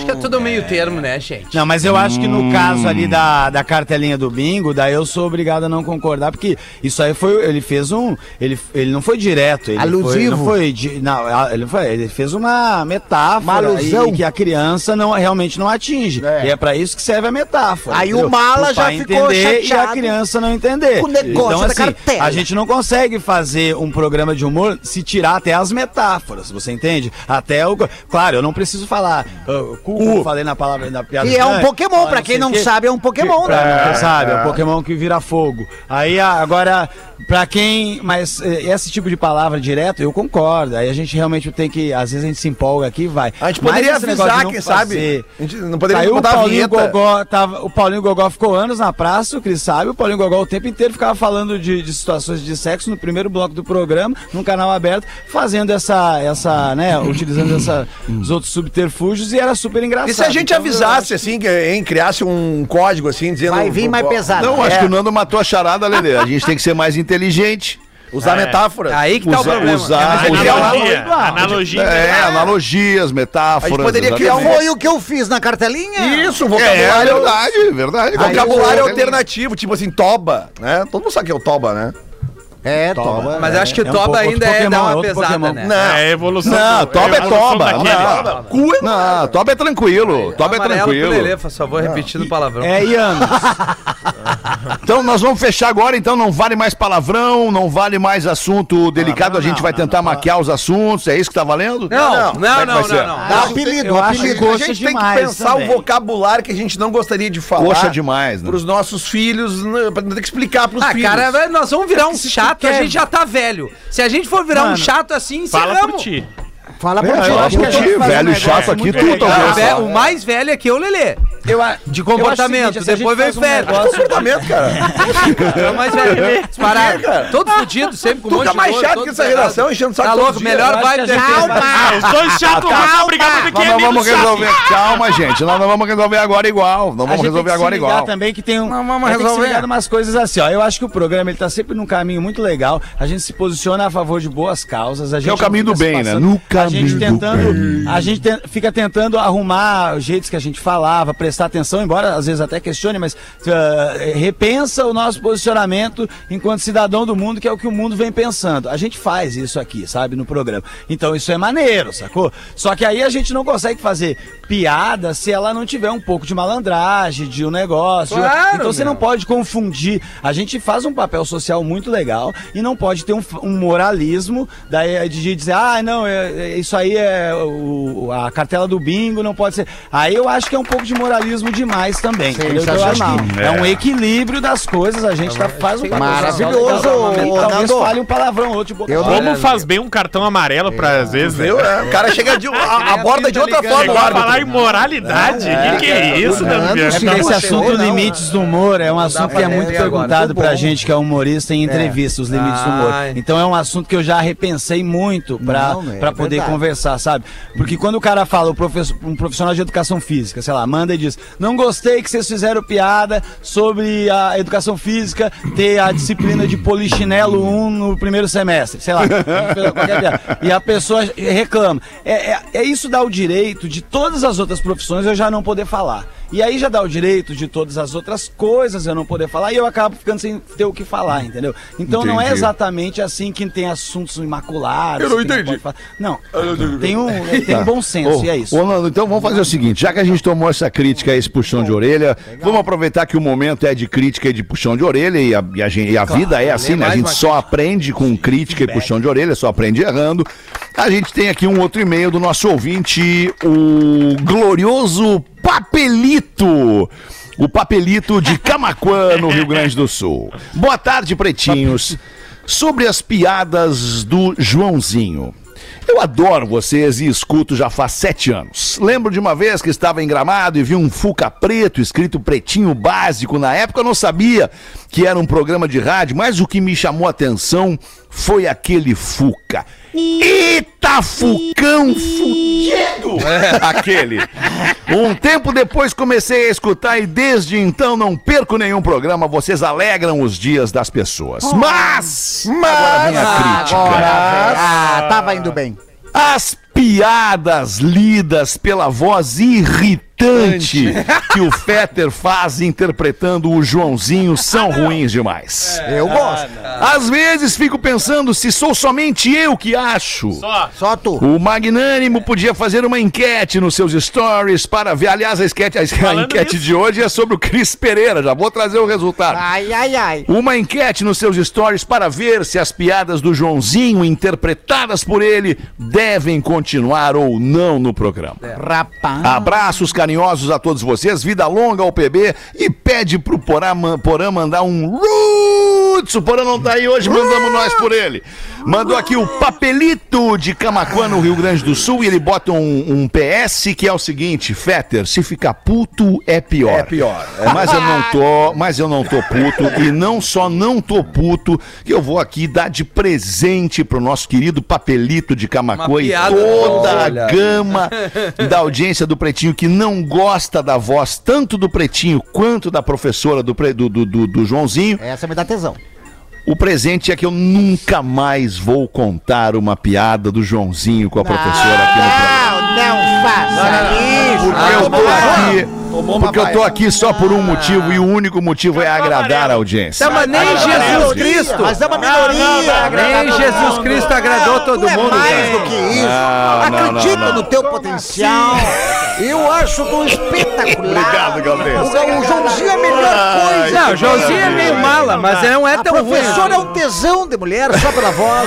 que é tudo meio termo, né, gente? Não, mas eu acho que no Hum. caso ali da, da cartelinha do bingo, daí eu sou obrigado a não concordar, porque isso aí foi, ele fez um, ele, ele não foi direto, ele Alusivo. Foi, não foi, di- não, ele foi, ele fez uma metáfora, Uma alusão. e que a criança não, realmente não atinge, É. e é pra isso que serve a metáfora. Aí entendeu? o mala Pro já pai ficou entender e a chateado criança não entender. com o negócio então da assim, cartela. a gente não consegue fazer um programa de humor se tirar até as metáforas, você entende? Até o, claro, eu não preciso falar, uh, cu, como eu falei na palavra, na piada. Que é um grande, Pokémon, falar pra quem sei não o quê. sabe, é um Pokémon, Pra- né? Você sabe, é o Pokémon que vira fogo. Aí a- agora, pra quem. Mas eh, esse tipo de palavra direto, eu concordo. Aí a gente realmente tem que. Às vezes a gente se empolga aqui e vai. A gente Mas poderia esse negócio de avisar, não quem sabe? fazer- A gente não poderia Saiu o botar a Paulinho vinheta. Gogó, tava, o Paulinho Gogó ficou anos na praça, o Cris sabe, o Paulinho Gogó o tempo inteiro ficava falando de, de situações de sexo no primeiro bloco do programa, num canal aberto, fazendo essa, essa né, utilizando essa, os outros subterfúgios e era super engraçado. E se a gente Então, avisasse, assim, que, hein, criasse um código, assim, dizendo... Vai vir mais pesado. Não, acho É. que o Nando matou a charada, Lelê. A gente tem que ser mais inteligente. Usar metáforas. Aí que tá o Usar, problema. usar, É, mas usar- Analogia. Analogia. É, analogias, metáforas. A gente poderia criar exatamente. Foi o que eu fiz na cartelinha? Isso, É, vocabulário... verdade, verdade. Vocabulário Aí, alternativo, tipo assim, toba, né? Todo mundo sabe que é o toba, né? É, toba. Mas eu acho que o É um Toba pouco- ainda outro é Pokémon, dar é uma outro pesada, Pokémon. né? Não. É a evolução. Não, do- toba é evolução toba. daquele. Não, Cu é não, toba é tranquilo. Toba é Amarelo pro tranquilo. Lelê, só vou repetindo o palavrão. É, e anos. Então nós vamos fechar agora, então não vale mais palavrão, não vale mais assunto delicado, a gente vai tentar maquiar os assuntos, é isso que tá valendo? Não, não, Como é que não, vai não, ser? não. Dá apelido, eu acho apelido. que A coxa gente tem que demais pensar também. o vocabulário que a gente não gostaria de falar. Coxa demais, né? Pros nossos filhos, né, pra não ter que explicar pros Ah, filhos. cara, nós vamos virar um se tu chato, a quer- gente já tá velho. Se a gente for virar um Mano, chato assim, Fala por encerramos. ti. Fala pra É, ti. eu acho que a gente faz um velho negócio chato aqui, muito tu legal. talvez. Vé- O mais velho aqui é o Lelê. Eu, a- De eu comportamento, acho o seguinte, se a depois gente vem faz um velho. negócio- Comportamento, cara. É o mais velho. Disparado. cara? Todo fudido, sempre com Tu um monte fica de mais dor, chato todo que essa ferrado. redação, enchendo o saco Tá todos louco, os dias. melhor Eu acho vai que a ter gente tempo. vai- Ah, os dois chatos vão brigar porque Mas é nós menos vamos chato. resolver, calma gente, nós não vamos resolver agora igual, não A vamos gente resolver tem que agora se ligar igual. também que tem um. Não, vamos tem que se resolver. ligar umas coisas assim, ó. Eu acho que o programa ele tá sempre num caminho muito legal. A gente se posiciona a favor de boas causas. A gente é o caminho não do fica se bem, né? passando- No a gente caminho do tentando, a gente te- fica tentando arrumar os jeitos que a gente falava, prestar atenção, embora às vezes até questione, mas ah, repensa o nosso posicionamento enquanto cidadão do mundo, que é o que o mundo vem pensando. A gente faz isso aqui, sabe, no programa. Então isso é maneiro, sacou? Só que aí a gente não consegue fazer piada se ela não tiver um pouco de malandragem, de um negócio. Claro, então você meu. não pode confundir. A gente faz um papel social muito legal e não pode ter um, um moralismo daí de dizer, ah, não, é- é- isso aí é o- a cartela do bingo, não pode ser. Aí eu acho que é um pouco de moralismo demais também. Entendeu? Então eu acho que é. um equilíbrio das coisas. A gente tá, faz um papel social Maravilhoso, legal. ô, Talvez Nando. fale um palavrão, outro de boca Eu fora. Como faz bem um cartão amarelo pra às vezes, né? Viu? É, o cara chega de. A, aborda de outra ligando. forma. Chegou o a árbitro. falar em moralidade? O que, que é isso, Nando Bianchi? É porque esse assunto não. limites do humor é um assunto que é pra muito entender agora. perguntado Muito pra bom. gente que é humorista em entrevista, os limites do humor. Ai. Então é um assunto que eu já repensei muito pra, Não, é pra poder verdade. conversar, sabe? Porque quando o cara fala, o professor, um profissional de educação física, sei lá, manda e diz, não gostei que vocês fizeram piada sobre a educação física ter a disciplina de polichinelo um no primeiro semestre, sei lá, qualquer piada. E a pessoa reclama. É, é, é isso dá o direito de todas as outras profissões eu já não poder falar. E aí já dá o direito de todas as outras coisas eu não poder falar e eu acabo ficando sem ter o que falar, entendeu? Então não é Entendi. exatamente assim que tem assuntos imaculados. Eu não que entendi. pode falar. Não, tem um, tem um bom senso Ô, e é isso. ô, Nando, então vamos fazer o seguinte, já que a gente tomou essa crítica, esse puxão de orelha, vamos aproveitar que o momento é de crítica e de puxão de orelha e a, e a, gente- e a vida é assim, né? A mais gente uma só aprende com crítica e puxão de orelha, só aprende errando. A gente tem aqui um outro e-mail do nosso ouvinte, o glorioso Papelito. O Papelito de Camaquã, no Rio Grande do Sul. Boa tarde, pretinhos. Sobre as piadas do Joãozinho. Eu adoro vocês e escuto já faz sete anos. Lembro de uma vez que estava em Gramado e vi um Fuca preto escrito Pretinho Básico. Na época eu não sabia que era um programa de rádio, mas o que me chamou a atenção foi aquele Fuca. Eita, Fucão fudido! Aquele. Um tempo depois comecei a escutar e desde então não perco nenhum programa. Vocês alegram os dias das pessoas. Mas, agora vem a crítica. Ah, tava indo bem. As piadas lidas pela voz irritante que o Fetter faz interpretando o Joãozinho são ruins demais. Eu gosto. Às vezes fico pensando se sou somente eu que acho. Só. Só tu. O Magnânimo podia fazer uma enquete nos seus stories para ver. Aliás, a enquete, a enquete de hoje é sobre o Cris Pereira. Já vou trazer o resultado. Ai, ai, ai. Uma enquete nos seus stories para ver se as piadas do Joãozinho, interpretadas por ele, devem continuar ou não no programa. Rapaz. Abraços carinhosos a todos vocês, vida longa ao P B e pede pro Porã, Porã mandar um roots. O Porã não tá aí hoje, mandamos nós por ele. Mandou aqui o Papelito de Camaquã, no Rio Grande do Sul, e ele bota um, um P S que é o seguinte: Fetter, se ficar puto é pior. É pior. Mas eu não tô, mas eu não tô puto, e não só não tô puto, que eu vou aqui dar de presente pro nosso querido Papelito de Camaquã e toda a Olha. gama da audiência do Pretinho que não gosta da voz tanto do Pretinho quanto da professora do, pre- do, do, do, do Joãozinho. Essa me dá tesão. O presente é que eu nunca mais vou contar uma piada do Joãozinho com a professora aqui no programa. Não, não faça isso. Porque eu tô aqui, porque eu tô aqui só por um motivo, e o único motivo é agradar a audiência. Tá, mas nem Jesus Cristo. Mas é uma minoria. Nem Jesus Cristo agradou todo Tu é mundo. mais velho. do que isso. Não, não, Acredita não, não. no teu potencial. Eu acho tu espetacular. Obrigado, Galdês. O, o Joãozinho é a melhor coisa. Não, o Joãozinho é meio mala, mas não é A tão ruim. professora é um tesão de mulher só pela voz.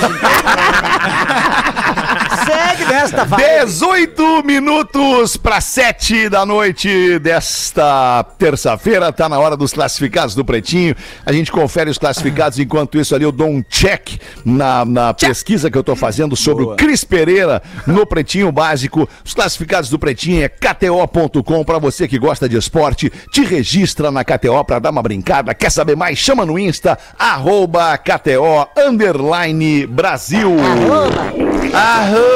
Segue nesta vibe. dezoito minutos para sete da noite desta terça-feira. Tá na hora dos classificados do Pretinho. A gente confere os classificados. Enquanto isso ali eu dou um check na, na pesquisa que eu tô fazendo sobre o Cris Pereira no Pretinho Básico. Os classificados do Pretinho é K T O ponto com. Para você que gosta de esporte, te registra na K T O para dar uma brincada. Quer saber mais? Chama no Insta, arroba K T O underline Brasil. Arroba.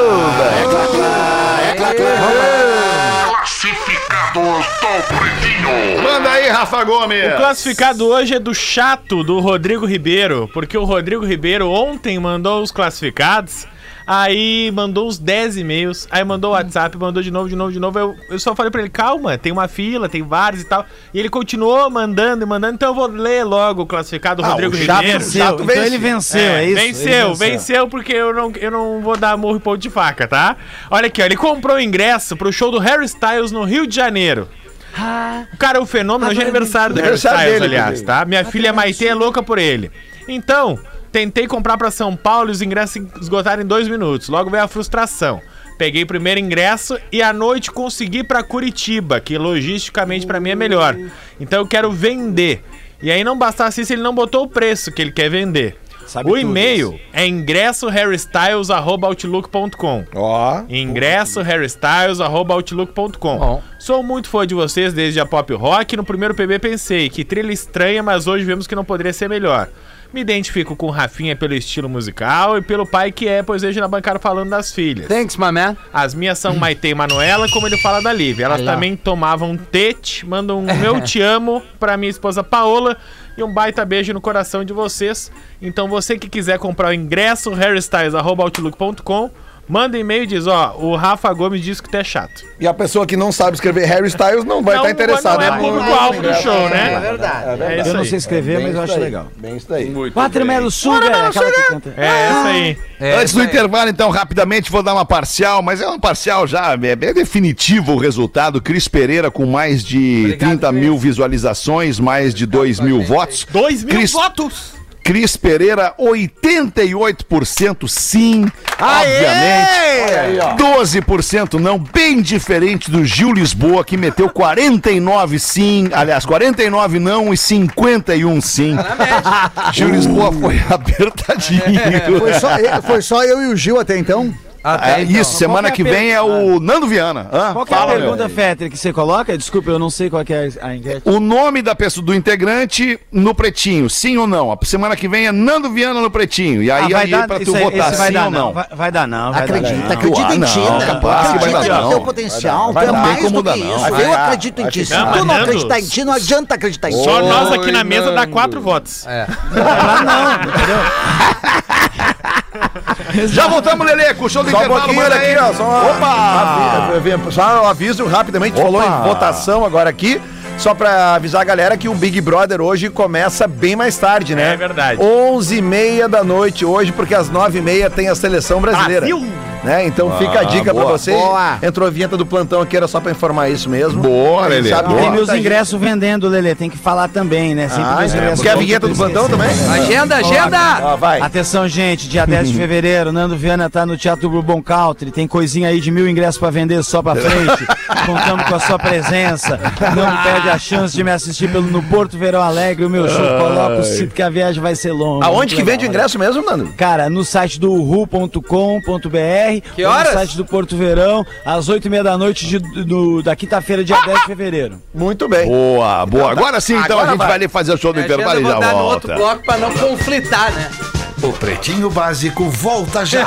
Classificados do Pretinho. Manda aí, Rafa Gomes. O classificado hoje é do chato do Rodrigo Ribeiro, porque o Rodrigo Ribeiro ontem mandou os classificados, aí mandou uns dez e-mails, aí mandou o WhatsApp, mandou de novo, de novo, de novo. Eu, eu só falei pra ele, calma, tem uma fila, tem vários e tal. E ele continuou mandando e mandando, então eu vou ler logo o classificado do Ah, Rodrigo o chato Ribeiro. venceu. Então vence. ele venceu, É, é, isso? venceu, Ele venceu, porque eu não, eu não vou dar murro e ponto de faca, tá? Olha aqui, ó, ele comprou o ingresso pro show do Harry Styles no Rio de Janeiro. O cara é um fenômeno, hoje é aniversário do Harry Aniversário Styles, dele, aliás, tá? Minha filha Maitê é louca por ele. Então, tentei comprar pra São Paulo e os ingressos esgotaram em dois minutos. Logo veio a frustração. Peguei o primeiro ingresso e à noite consegui pra Curitiba, que logisticamente pra mim é melhor. Então eu quero vender. E aí não bastasse isso, ele não botou o preço que ele quer vender. Sabe o tudo e-mail é ingresso harrystyles arroba outlook ponto com. Ó. Ingresso harrystyles arroba outlook ponto com. Bom. Sou muito fã de vocês desde a Pop Rock. No primeiro P B pensei que trilha estranha, mas hoje vemos que não poderia ser melhor. Me identifico com o Rafinha pelo estilo musical e pelo pai que é, pois vejo na bancada falando das filhas. Thanks, my man. As minhas são Maitê e Manuela, como ele fala da Lívia. Elas também tomavam tete, mandam um meu te amo pra minha esposa Paola e um baita beijo no coração de vocês. Então você que quiser comprar o ingresso, harrystyles arroba outlook ponto com, manda e-mail e diz, ó, o Rafa Gomes disse que tu é chato. E a pessoa que não sabe escrever Harry Styles não vai Não, estar interessada. não é público-alvo do show, né? É verdade. É isso Eu não aí. sei escrever, mas eu acho legal. Bem isso daí. Watermelon Sugar, é aquela que canta. É essa aí. É, Antes do intervalo, então, rapidamente, vou dar uma parcial, mas é uma parcial já, é, é definitivo o resultado. Cris Pereira com mais de trinta mil visualizações, mais de dois mil votos. Dois mil Cris- votos! Cris Pereira, oitenta e oito por cento sim, obviamente. doze por cento não, bem diferente do Gil Lisboa, que meteu quarenta e nove sim, aliás, quarenta e nove não e cinquenta e um sim. Gil Lisboa foi apertadinho. Foi só, foi só eu e o Gil até então? Até É, então. isso, semana Qual que que é a vem é o Nando Viana. Hã? Qual que é a Fala, meu. pergunta, Fetter, que você coloca? Desculpa, eu não sei qual que é a enquete. O nome da pessoa, do integrante no Pretinho, sim ou não? A semana que vem é Nando Viana no Pretinho. E aí, Ah, vai aí dar, pra tu isso aí- votar esse vai sim dar ou não. Vai, vai dar não, vai Acredita, dar não. acredita Ah, em ti, não, né? capaz que vai Acredita dar, no não. teu potencial. Tu Vai é dar, mais tem como do que dar, não. isso. Vai Eu dar. acredito em ti. Se Não, tu mas não Nando- acreditar em ti, não adianta acreditar em ti. Só Oi, nós aqui na mesa dá Nando. quatro votos. É. Vai lá não, entendeu? Já voltamos, Lelê, com o show do Só um intervalo. pouquinho, manda olha aí. aqui, ó. Só uma... Opa! Avi- Só um aviso rapidamente, Opa! falou em votação agora aqui. Só pra avisar a galera que o Big Brother hoje começa bem mais tarde, né? É verdade. onze e meia da noite hoje, porque às nove e meia tem a seleção brasileira. Brasil! Né? Então fica a dica boa, pra você. boa. Entrou a vinheta do plantão aqui, era só pra informar isso mesmo. Boa, Quem Lelê, sabe boa. Tem muita meus gente- ingressos vendendo, Lelê. Tem que falar também, né? Sempre Ah, meus é, ingressos. quer a vendendo, vinheta do tô plantão também? Agenda, agenda! Ó, vai. Atenção, gente, dia dez de fevereiro, Nando Viana tá no Teatro Bourbon Country, tem coisinha aí de mil ingressos pra vender só pra frente, contamos com a sua presença, não perde a chance de me assistir pelo, no Porto Verão Alegre, o meu show, coloca o sítio que a viagem vai ser longa. Aonde Muito que legal, vende o ingresso mesmo, Nando? Cara, no site do uhu ponto com ponto br, Que ou horas? no site do Porto Verão, às oito e meia da noite de, do, da quinta-feira, dia dez de fevereiro. Muito bem. Boa, boa. Agora sim, então Agora a gente vai vai. ali fazer o show do A agenda intervalo eu e vou já dar no outro volta. bloco pra não conflitar, né? O Pretinho Básico volta já.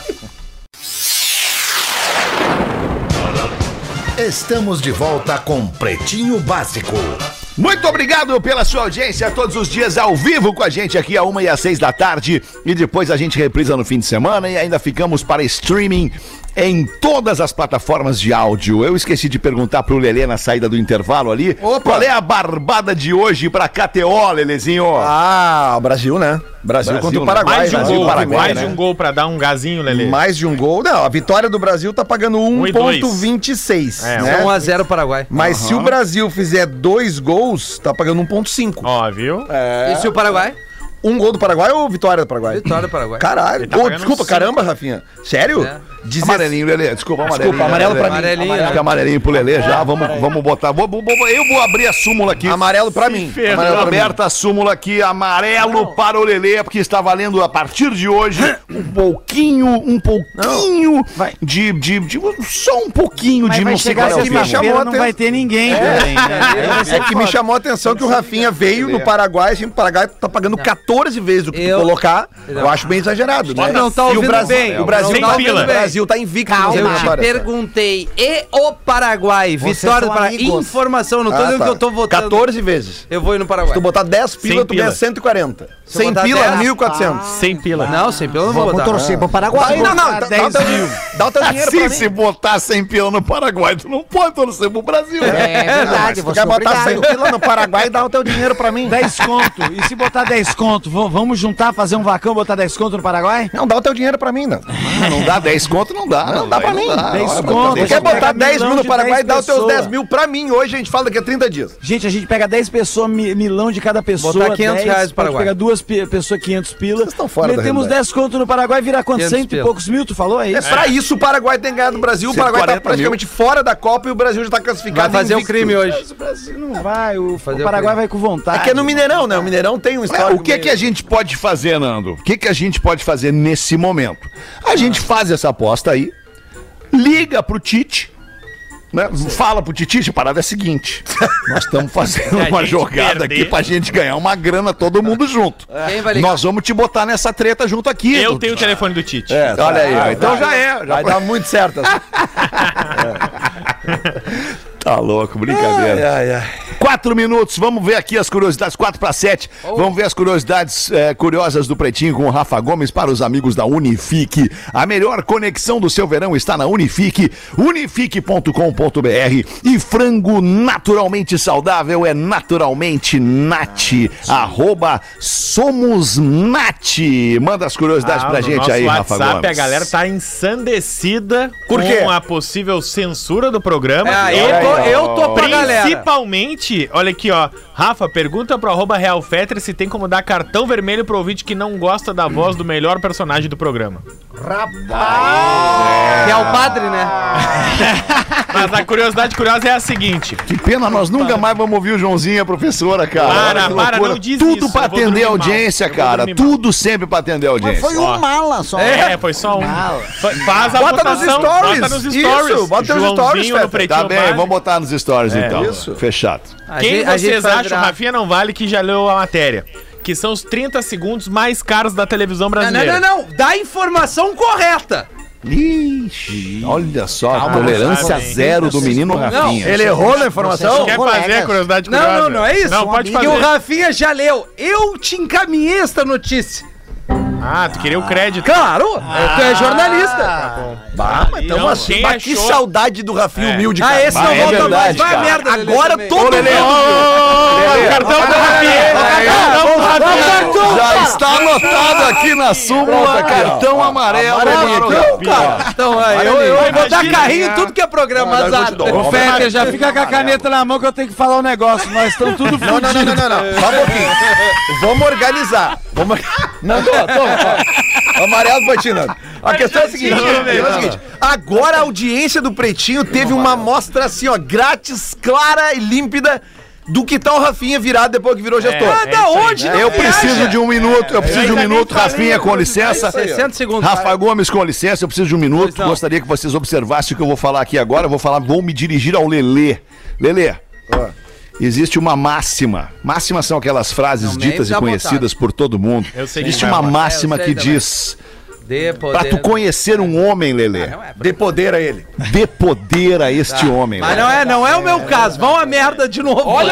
Estamos de volta com Pretinho Básico. Muito obrigado pela sua audiência todos os dias ao vivo com a gente aqui a uma e às seis da tarde e depois a gente reprisa no fim de semana e ainda ficamos para streaming em todas as plataformas de áudio. Eu esqueci de perguntar pro Lelê na saída do intervalo ali. Opa. Qual é a barbada de hoje pra K T O, Lelezinho? Ah, o Brasil, né? Brasil, Brasil, contra o né? Paraguai. Mais de um Brasil, gol, Paraguai, mais né? de um gol pra dar um gazinho, Lelê. Mais de um gol. Não, a vitória do Brasil tá pagando um e ponto dois. vinte e seis, É, né? um a zero Paraguai. Mas se o Brasil fizer dois gols, tá pagando um ponto cinco. Ó, viu? É. E se o Paraguai? Um gol do Paraguai ou vitória do Paraguai? Vitória do Paraguai. Caralho. tá Ô, pagando desculpa, cinco. caramba, Rafinha. Sério? É. Deze- Amarelinho, Lelê. Desculpa, amarelinho. Desculpa, amarelo pra mim. Amarelinho, Amarelo. Fica amarelinho pro Lelê já. Vamos, vamos botar. Vou, vou- vou- eu vou abrir a súmula aqui. Amarelo pra mim. Fernando, Amarelo pra mim. aberta a súmula aqui, amarelo para o Lelê, porque está valendo a partir de hoje um pouquinho, um pouquinho vai. de, de, de- só um pouquinho Mas de vai não sei chegar qual é o termo. sexta-feira, Chamou não até- vai ter ninguém também, né? Aí vai ser É que me foda. chamou a atenção que o Rafinha veio no Paraguai, assim, o Paraguai tá pagando quatorze vezes o que tu Eu- colocar. Eu acho bem exagerado, né? Não tá E o ouvindo Brasil, bem. o Brasil, Sem tá, pila. o Brasil tá invicto. Calma. nessa Eu te vitória. perguntei, e o Paraguai? Vocês Vitória são do Paraguai. amigos. Informação, não tô Ah, dizendo tá. que eu tô votando. quatorze vezes. Eu vou ir no Se Paraguai. tu botar dez pila, Sem tu ganha pila. cento e quarenta. Se eu Sem botar pila, dez, mil e quatrocentos. Sem pila. Não, sem pila eu não vou Vamos botar. torcer pro Paraguai. Aí, não, não, dá, dá, o teu, mil. dá o teu dinheiro pra Assim, mim. se botar sem pila no Paraguai, tu não pode torcer pro Brasil. né? É verdade, Se tu você quer botar cem obrigado. pila no Paraguai, dá o teu dinheiro pra mim. dez conto. E se botar dez conto, v- vamos juntar, fazer um vacão, botar dez conto no Paraguai? Não, dá o teu dinheiro pra mim, não. Ah, não dá dez conto, não dá. Não, dá aí pra mim. dez Olha, conto. Tu Você quer pega botar dez milão mil no de Paraguai, dez dá os teus pessoas. dez mil pra mim. Hoje a gente fala daqui a trinta dias. Gente, a gente pega dez pessoas, mi- milão de cada pessoa. Botar quinhentos dez, reais no pode Paraguai. pegar duas pi- pessoas, quinhentos pila. Vocês estão fora da Metemos realidade. dez conto no Paraguai, virar quanto? quinhentos Cento e pila. poucos mil, tu falou? É É, isso? pra isso o Paraguai tem ganhado do Brasil. O Paraguai tá cento e quarenta praticamente fora da Copa e o Brasil já tá classificado. Vai fazer o invicto. crime hoje. Mas o Brasil não vai, o, Fazer o o Paraguai quê? vai com vontade. É que é no Mineirão, né? O Mineirão tem um É, histórico. o que que a gente pode fazer, Nando? O que que a gente pode fazer nesse momento? A gente faz essa aposta aí, liga pro Tite, né? Fala pro Tite, a parada é a seguinte: nós estamos fazendo Se a uma gente jogada perder- aqui pra gente ganhar uma grana todo mundo junto. Quem vai ligar? Nós vamos te botar nessa treta junto aqui. Eu tenho o telefone do Tite. É, tá. Olha aí, ó. Vai, Então vai. já é. Já Vai foi. dar muito certo. assim. Tá louco, brincadeira. Ai, ai, ai. Quatro minutos, vamos ver aqui as curiosidades, quatro para sete. Vamos ver as curiosidades eh, curiosas do Pretinho com o Rafa Gomes para os amigos da Unifique. A melhor conexão do seu verão está na Unifique, unifique ponto com ponto br. E frango naturalmente saudável é naturalmente Nat. Arroba Somos Nat. Manda as curiosidades Ah, pra no gente nosso aí, Rafa WhatsApp, Gomes. a galera tá ensandecida Por quê? com a possível censura do programa. É, E eu tô, eu tô pra galera. Principalmente, olha aqui, ó. Rafa, pergunta pro arroba Real Fetter se tem como dar cartão vermelho pro ouvinte que não gosta da voz do melhor personagem do programa. Que é o padre, né? Mas a curiosidade curiosa é a seguinte. Que pena, nós nunca mais vamos ouvir o Joãozinho e a professora, cara. Para, Olha que para, loucura. não diz Tudo isso, pra eu vou atender dormir a mal. audiência, Eu vou cara. dormir mal. Tudo sempre pra atender a Mas audiência. foi um mala só. É, foi só um. Fa- Faz a Bota nos votação, stories. Bota nos Isso, stories. bota nos stories, Joãozinho no Fetter. Pretinho Tá bem, Básico. vamos botar nos stories então. isso. Fechado. A Quem gente- a gente vocês vai acham, virar- Rafinha não vale, que já leu a matéria? Que são os trinta segundos mais caros da televisão Não, brasileira. não, não, não. Dá a informação correta. Ixi, olha só, a Calma, tolerância sabe? zero do menino Não, Rafinha. Ele errou na informação? Quer Colegas. fazer a curiosidade Não, curiosa? não, não é isso. Não, pode E fazer. o Rafinha já leu. Eu te encaminhei esta notícia. Ah, tu queria o crédito. Claro! Tu é jornalista. Tá bom. Bah, mas tamo Não, assim, quem bah, que achou- saudade do Rafinha É. humilde, Ah, cara. esse Bah, não é volta mais. verdade, Vai a cara. merda, Lelê, Agora também. todo Lelê, mundo... ô, ô, ô, Lelê, Cartão do Rafinha. Cartão do Rafinha. Já está anotado aqui na súmula, cartão amarelo. Amarelo, cara. Então, aí, eu, eu vou dar Imagina, carrinho né? tudo que é programa azar. Ô, Fetter, já fica com a caneta na mão que eu tenho que falar um negócio. Nós estamos tudo Não, não, não, não, não, não. Só um pouquinho. Vamos organizar. Vamos... Nando, toma. Ó. Amarelo pra ti, Nando. A questão é a seguinte, é o seguinte. Agora a audiência do Pretinho teve uma amostra assim, ó, grátis, clara e límpida do que tá o Rafinha virado depois que virou gestor. É, Ah, da onde? Eu preciso de um minuto, eu preciso de um ainda minuto, nem falei. Rafinha, com licença. sessenta segundos. Rafa Gomes, com licença, eu preciso de um minuto. Pois não. Gostaria que vocês observassem o que eu vou falar aqui agora. Eu vou falar, vou me dirigir ao Lelê. Lelê, existe uma máxima. Máximas são aquelas frases Não, meio ditas e já conhecidas por todo mundo. Eu sei Existe quem vai uma falar. máxima É, eu sei que também. diz: Dê pra poder. tu conhecer um homem, Lelê, Dê poder a ele. dê poder a este homem. Mas Lelê. não é, não é o meu caso. Vão a merda de novo. Olha,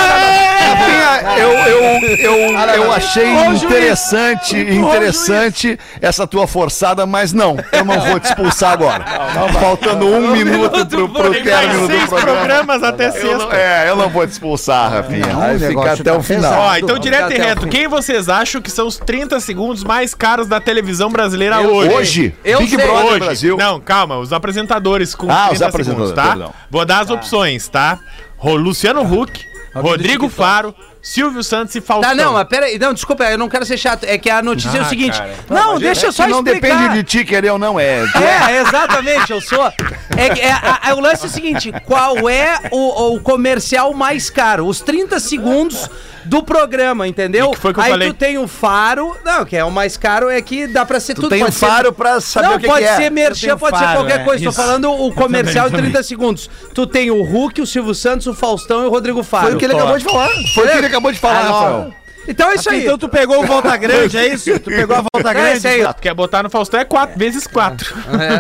Rafinha, eu, eu, eu, eu achei interessante, interessante essa tua forçada, mas não, eu não vou te expulsar agora. Faltando um minuto pro, pro Tem mais término do seis programa. programas até Eu não, sexta. é, eu não vou te expulsar, Rafinha. Vai ficar até o final. Ó, então direto e Até o reto, fim. quem vocês acham que são os trinta segundos mais caros da televisão brasileira Eu hoje? Hoje, Eu Big sei. Brother Hoje. Brasil. Não, calma, os apresentadores com Ah, os trinta apresentadores, segundos, tá? perdão. Vou dar as opções, tá? Ro- Luciano Huck, Rodrigo Faro, Silvio Santos e Faustão. Tá, não, mas pera aí. Não, desculpa, eu não quero ser chato. É que a notícia é o Ah, seguinte. cara. Não, deixa eu só não explicar. depende de ti querer ou não, é. É, exatamente, eu sou. É, que- é, a- a- o lance é o seguinte: qual é o, o comercial mais caro? Os trinta segundos do programa, entendeu? E que foi que eu Aí falei? tu tem o Faro. Não, que é o mais caro, é que dá pra ser Tu tudo. tem o pode ser- Faro pra saber Não, o que, pode que é. ser Eu merchan, tenho pode ser Faro, qualquer é, coisa. Tô isso. falando o comercial também, trinta segundos. Tu tem o Hulk, o Silvio Santos, o Faustão e o Rodrigo Faro. Foi o que ele acabou de falar. Foi o que ele acabou de falar, Ah, não. Rafael. Então é isso aí. Então tu pegou o Volta Grande, é isso? Tu pegou a Volta É Grande? isso aí. Tu quer botar no Faustão é quatro vezes quatro.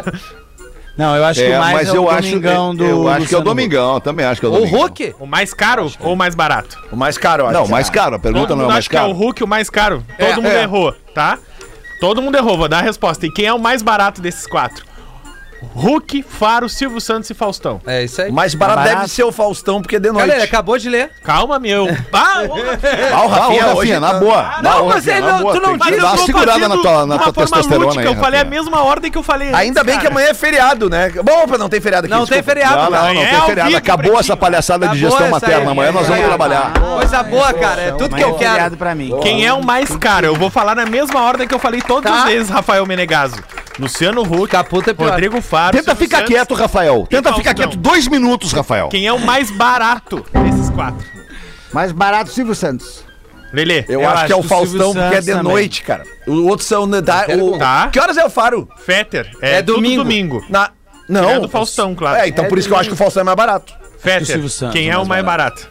Não, eu acho que É, o mais mas é o eu acho, Domingão do eu acho que é o Luciano Domingão, também acho que é o O Domingão. Hulk? O mais caro ou o mais barato? O mais caro, eu acho. Não, mais caro, a pergunta Todo não é mundo mais acha que é caro. o Hulk o mais caro. Todo É, mundo é. errou, tá? Todo mundo errou, vou dar a resposta. E quem é o mais barato desses quatro? Hulk, Faro, Silvio Santos e Faustão. É isso aí. O mais barato, Barato. deve ser o Faustão, porque é de noite. Galera, ele acabou de ler. Calma, meu. Ah, ô, Rafinha. Ah, o Rafinha, Rafinha, na boa. não, ô, mas Rafinha, ele na não- boa, tu não tem que disse, dar uma tô segurada na fazendo tua, na uma tua forma testosterona lúdica, aí, eu falei a Rafinha. mesma ordem que eu falei antes, Ainda bem que cara. amanhã é feriado, né? Bom, pra não ter feriado aqui. Não tem desculpa. feriado. Não, não, não Amanhã é tem ao feriado. vivo, Acabou Pretinho. essa palhaçada de Acabou gestão essa materna. aí, Amanhã nós é, vamos é. trabalhar. Coisa boa, cara. É tudo que eu quero. feriado pra mim. Quem é o mais caro? Eu vou falar na mesma ordem que eu falei todas Tá. as vezes, Rafael Menegaso. Luciano Huck, Caputa é pior. Rodrigo Faro. Tenta Silvio ficar Santos. quieto, Rafael. Tenta Faustão. ficar quieto dois minutos, Rafael. Quem é o mais barato desses quatro? Mais barato, Silvio Santos. Lelê. Eu, Eu acho que é o acho que o Silvio Faustão, porque é Santos de também. noite, cara. Os outros são... na- Da, o, Tá. Que horas é o Faro? Fetter. É, É tudo domingo. domingo. Na... Não. É do Faustão, claro. É, então por isso que eu acho que o Faustão é mais barato. Fetter. Silvio Santos Quem é é o mais mais barato?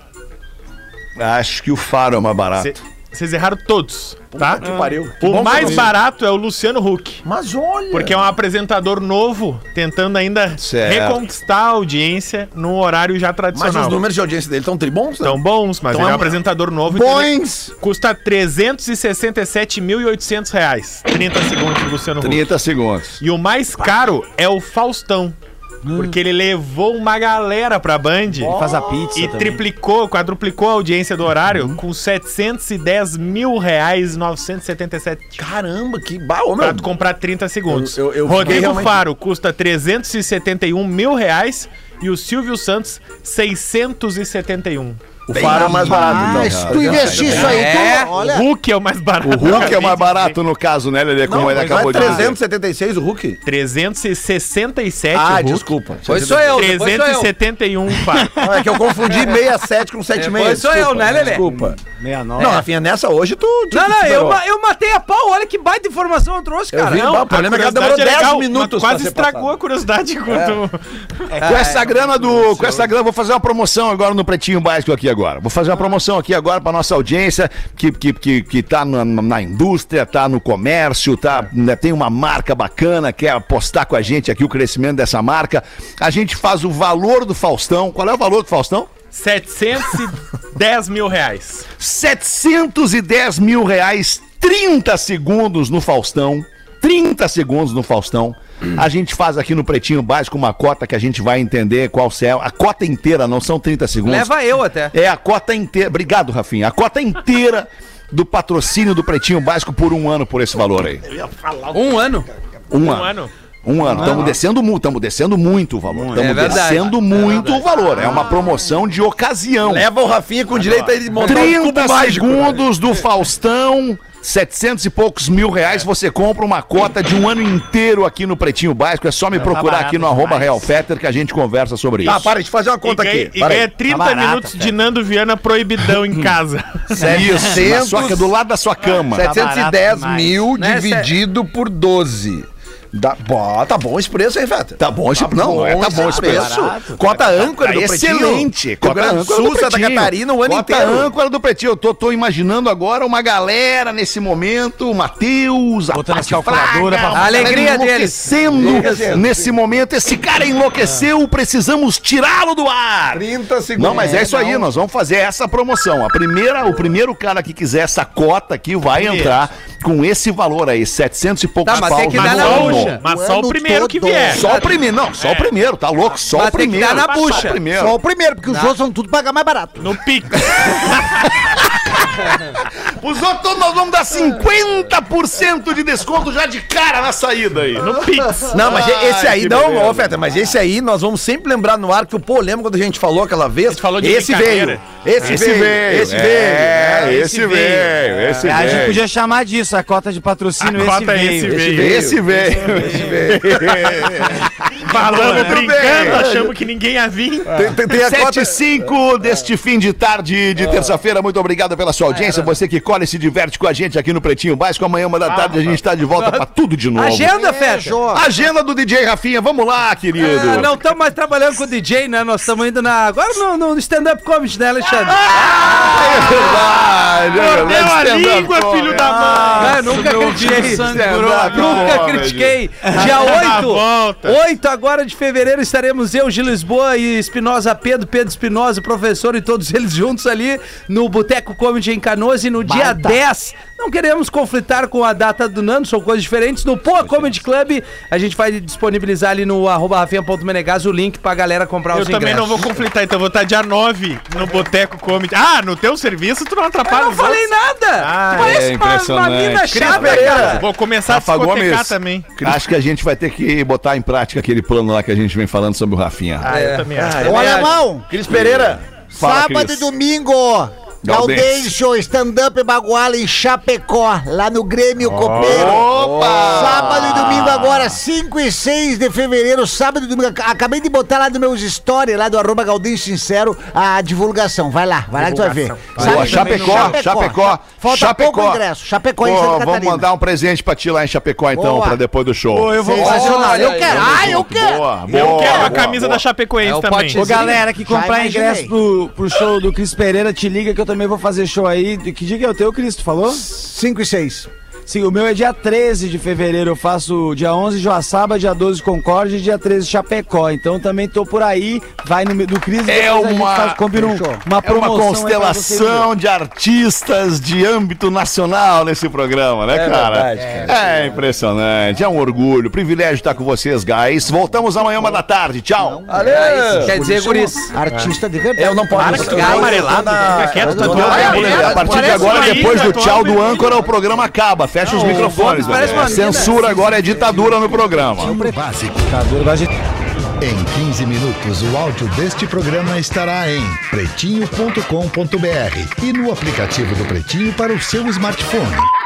Acho que o Faro é mais barato. Vocês erraram todos, tá? que pariu. Que O bom que mais eu não- barato é o Luciano Huck. Mas olha... Porque é um apresentador novo, tentando ainda Certo. reconquistar a audiência num horário já Mas tradicional. os números de audiência dele estão tribons, né? Estão bons, mas Então ele é é um um- apresentador novo. então ele Pões. custa trezentos e sessenta e sete mil e oitocentos reais. trinta segundos do Luciano Huck. trinta segundos. E o mais caro é o Faustão. Porque ele levou uma galera pra Band Faz a pizza e também. triplicou, quadruplicou a audiência do horário com setecentos e dez mil reais e novecentos e setenta e sete. Caramba, que baú, Pra meu. tu comprar trinta segundos. Eu- eu- eu fiquei Rodrigo realmente- Faro custa trezentos e setenta e um mil reais e o Silvio Santos seiscentos e setenta e um. O Faro é mais barato, Ah, então. se tu investir isso aí, É. tu, olha... O Hulk é o mais barato. O Hulk é mais barato no caso, né, Lelê? Como ele acabou Não é de dizer. trezentos e setenta e seis o Hulk? trezentos e sessenta e sete Ah, o Hulk. desculpa. Pois sou eu, depois sou trezentos e eu. setenta e um Faro. Não, é que eu confundi sessenta e sete com setenta e seis. Depois sou eu, desculpa, né, Lelê? Desculpa. sessenta e nove. Não, Rafinha, nessa hoje tu... tu Não, não, eu, superou. ma- eu matei a pau. Olha que baita informação eu trouxe, Eu cara. vi. Não, o problema a é que ela demorou curiosidade dez legal, minutos mas quase pra ser estragou passada. a curiosidade quando... Com essa grana do. Com essa grana, vou fazer uma promoção agora no Pretinho Básico aqui agora. Vou fazer uma promoção aqui agora pra nossa audiência que, que, que, que tá na, na indústria, tá no comércio, tá, né, tem uma marca bacana, quer apostar com a gente aqui o crescimento dessa marca. A gente faz o valor do Faustão. Qual é o valor do Faustão? setecentos e dez mil reais. setecentos e dez mil reais. trinta segundos no Faustão. trinta segundos no Faustão. A gente faz aqui no Pretinho Básico uma cota que a gente vai entender qual é. A cota inteira, não são trinta segundos. Leva eu até. É a cota inteira. Obrigado, Rafinha. A cota inteira do patrocínio do Pretinho Básico por um ano por esse valor aí. Um ano? Um, Um ano. ano. Um ano. Estamos descendo muito, estamos descendo muito o valor. Estamos É verdade. descendo muito o valor. É uma promoção de ocasião. Leva o Rafinha com direito a ele montar um trinta cubo mágico. segundos do Faustão, setecentos e poucos mil reais, você compra uma cota de um ano inteiro aqui no Pretinho Básico. É só me procurar aqui no arroba Real Fetter que a gente conversa sobre isso. Tá, para de fazer uma E conta ganha, aqui. e Para aí. ganha trinta Tá barato, minutos de cara. Nando Viana proibidão em casa. Isso, na sua, que é do lado da sua cama. setecentos e dez mil Né, dividido por doze. Dá, Bó, tá bom esse preço, hein, Feta? Tá bom esse, não, não é tá bom esse preço. barato. Cota âncora Tá do Pretinho. excelente. Rio Cota Grande do âncora do Sul, Santa Pretinho. Catarina, o ano Cota inteiro. âncora do Pretinho. Eu tô, tô imaginando agora uma galera nesse momento, o Matheus, a Botando as Paty calculadoras Fraga, pra- uma A alegria galera deles. enlouquecendo Enlouquecendo. nesse momento. Esse cara enlouqueceu, precisamos tirá-lo do ar. trinta segundos. Não, mas é isso aí, nós vamos fazer essa promoção. A primeira, o primeiro cara que quiser essa cota aqui vai entrar com esse valor aí, setecentos e poucos Tá, mas pau tem que no dar na ano. bucha. Mas O só o ano primeiro todo. que vier. Só o primeiro, não, só o primeiro, tá louco? Só Mas o tem que primeiro. dar na Só bucha. o primeiro. Só o primeiro, porque os outros vão tudo pagar mais barato. No Pix. Os outros nós vamos dar cinquenta por cento de desconto já de cara na saída aí. No Pix. Não, mas Ai, esse aí que não, beleza. ô Feta, mas esse aí nós vamos sempre lembrar no ar que o pô, lembra quando a gente falou aquela vez? falou de esse brincadeira. veio, esse, Esse veio, veio, esse é, veio, esse veio, esse A gente veio. podia chamar disso, a cota de patrocínio A esse cota é veio. esse esse veio. veio. Esse veio. Falamos Muito brincando, bem. achamos que ninguém ia vir. Tem, tem, tem a sete cota... e cinco deste fim de tarde de terça-feira. Muito obrigado pela sua audiência. Você que cola e se diverte com a gente aqui no Pretinho Básico. Amanhã, uma da tarde, a gente está de volta pra tudo de novo. Agenda, Feta. Agenda do D J Rafinha. Vamos lá, querido. Ah, não estamos mais trabalhando com o D J, né? Nós estamos indo na. Agora no, no stand-up comedy, né, Alexandre? É verdade, é Mordeu verdade. a Stand-up língua, comedy. filho da mãe. Ah, nunca critiquei. Stand-up Nunca comedy. critiquei. Dia Dá oito, volta. oito agora de fevereiro estaremos eu, Gil Lisboa e Espinosa Pedro, Pedro Espinosa, professor e todos eles juntos ali no Boteco Comedy em Canoas. E no dia dez, não queremos conflitar com a data do Nando, são coisas diferentes. No Poa Comedy Club, a gente vai disponibilizar ali no arroba rafinha.menegas o link pra galera comprar Eu os também ingressos. não vou conflitar, então vou estar dia nove no Boteco Comedy. Ah, no teu serviço tu não atrapalha Eu não os falei outros. nada! Ah, Parece é uma, uma impressionante. mina Cris chata, Pereira. cara. Vou começar Apagou a a discotecar mesa. também. Acho que a gente vai ter que botar em prática aquele plano lá que a gente vem falando sobre o Rafinha. Ah, eu também acho. Ô, alemão, Cris Pereira. Fala, sábado Cris. e domingo, Gaudêncio. Gaudêncio, stand-up Baguala em Chapecó, lá no Grêmio Copeiro. Opa! Sábado e domingo agora, cinco e seis de fevereiro, sábado e domingo. Ac- Acabei de botar lá nos meus stories, lá do arroba Gaudêncio Sincero, a divulgação. Vai lá, vai lá que tu vai ver. Boa, Chapecó, Chapecó, Falta Chapecó. pouco ingresso. Chapecó em Pô, Santa vamos Catarina. mandar um presente pra ti lá em Chapecó, então, Boa. pra depois do show. Pô, eu vou Sensacional. Olha Eu aí, quero. vamos Ah, eu quero. Boa, Eu boa, quero a boa, camisa boa. da Chapecoense É o também. potezinho. Ô, galera que comprar Já ingresso imaginei. pro, pro show do Cris Pereira, te liga que eu também vou fazer show aí. Que dia que é o teu, Cris? Tu falou? cinco e seis. Sim, o meu é dia treze de fevereiro. Eu faço dia onze Joaçaba, dia doze Concórdia e dia treze Chapecó. Então também tô por aí. Vai no do Cris e É depois a gente uma- faz, combina um- Fechou. uma É uma promoção. aí pra constelação de artistas de âmbito nacional nesse programa, né, É cara? verdade, cara. É impressionante, é um orgulho, privilégio estar com vocês, guys. Voltamos amanhã, uma da tarde. Tchau. Valeu. Quer dizer, guris. Artista de verdade. Eu não posso. Para que tu tá amarelado, fica quieto, tu Não, é é, vermelho. a partir de Parece agora, uma depois ilha, do tu tchau é do vermelho. âncora, o programa acaba. Fecha os microfones, parece velho. uma mina. Censura agora é ditadura no programa. Básico. Pretinho Básico. Em quinze minutos, o áudio deste programa estará em pretinho ponto com ponto br e no aplicativo do Pretinho para o seu smartphone.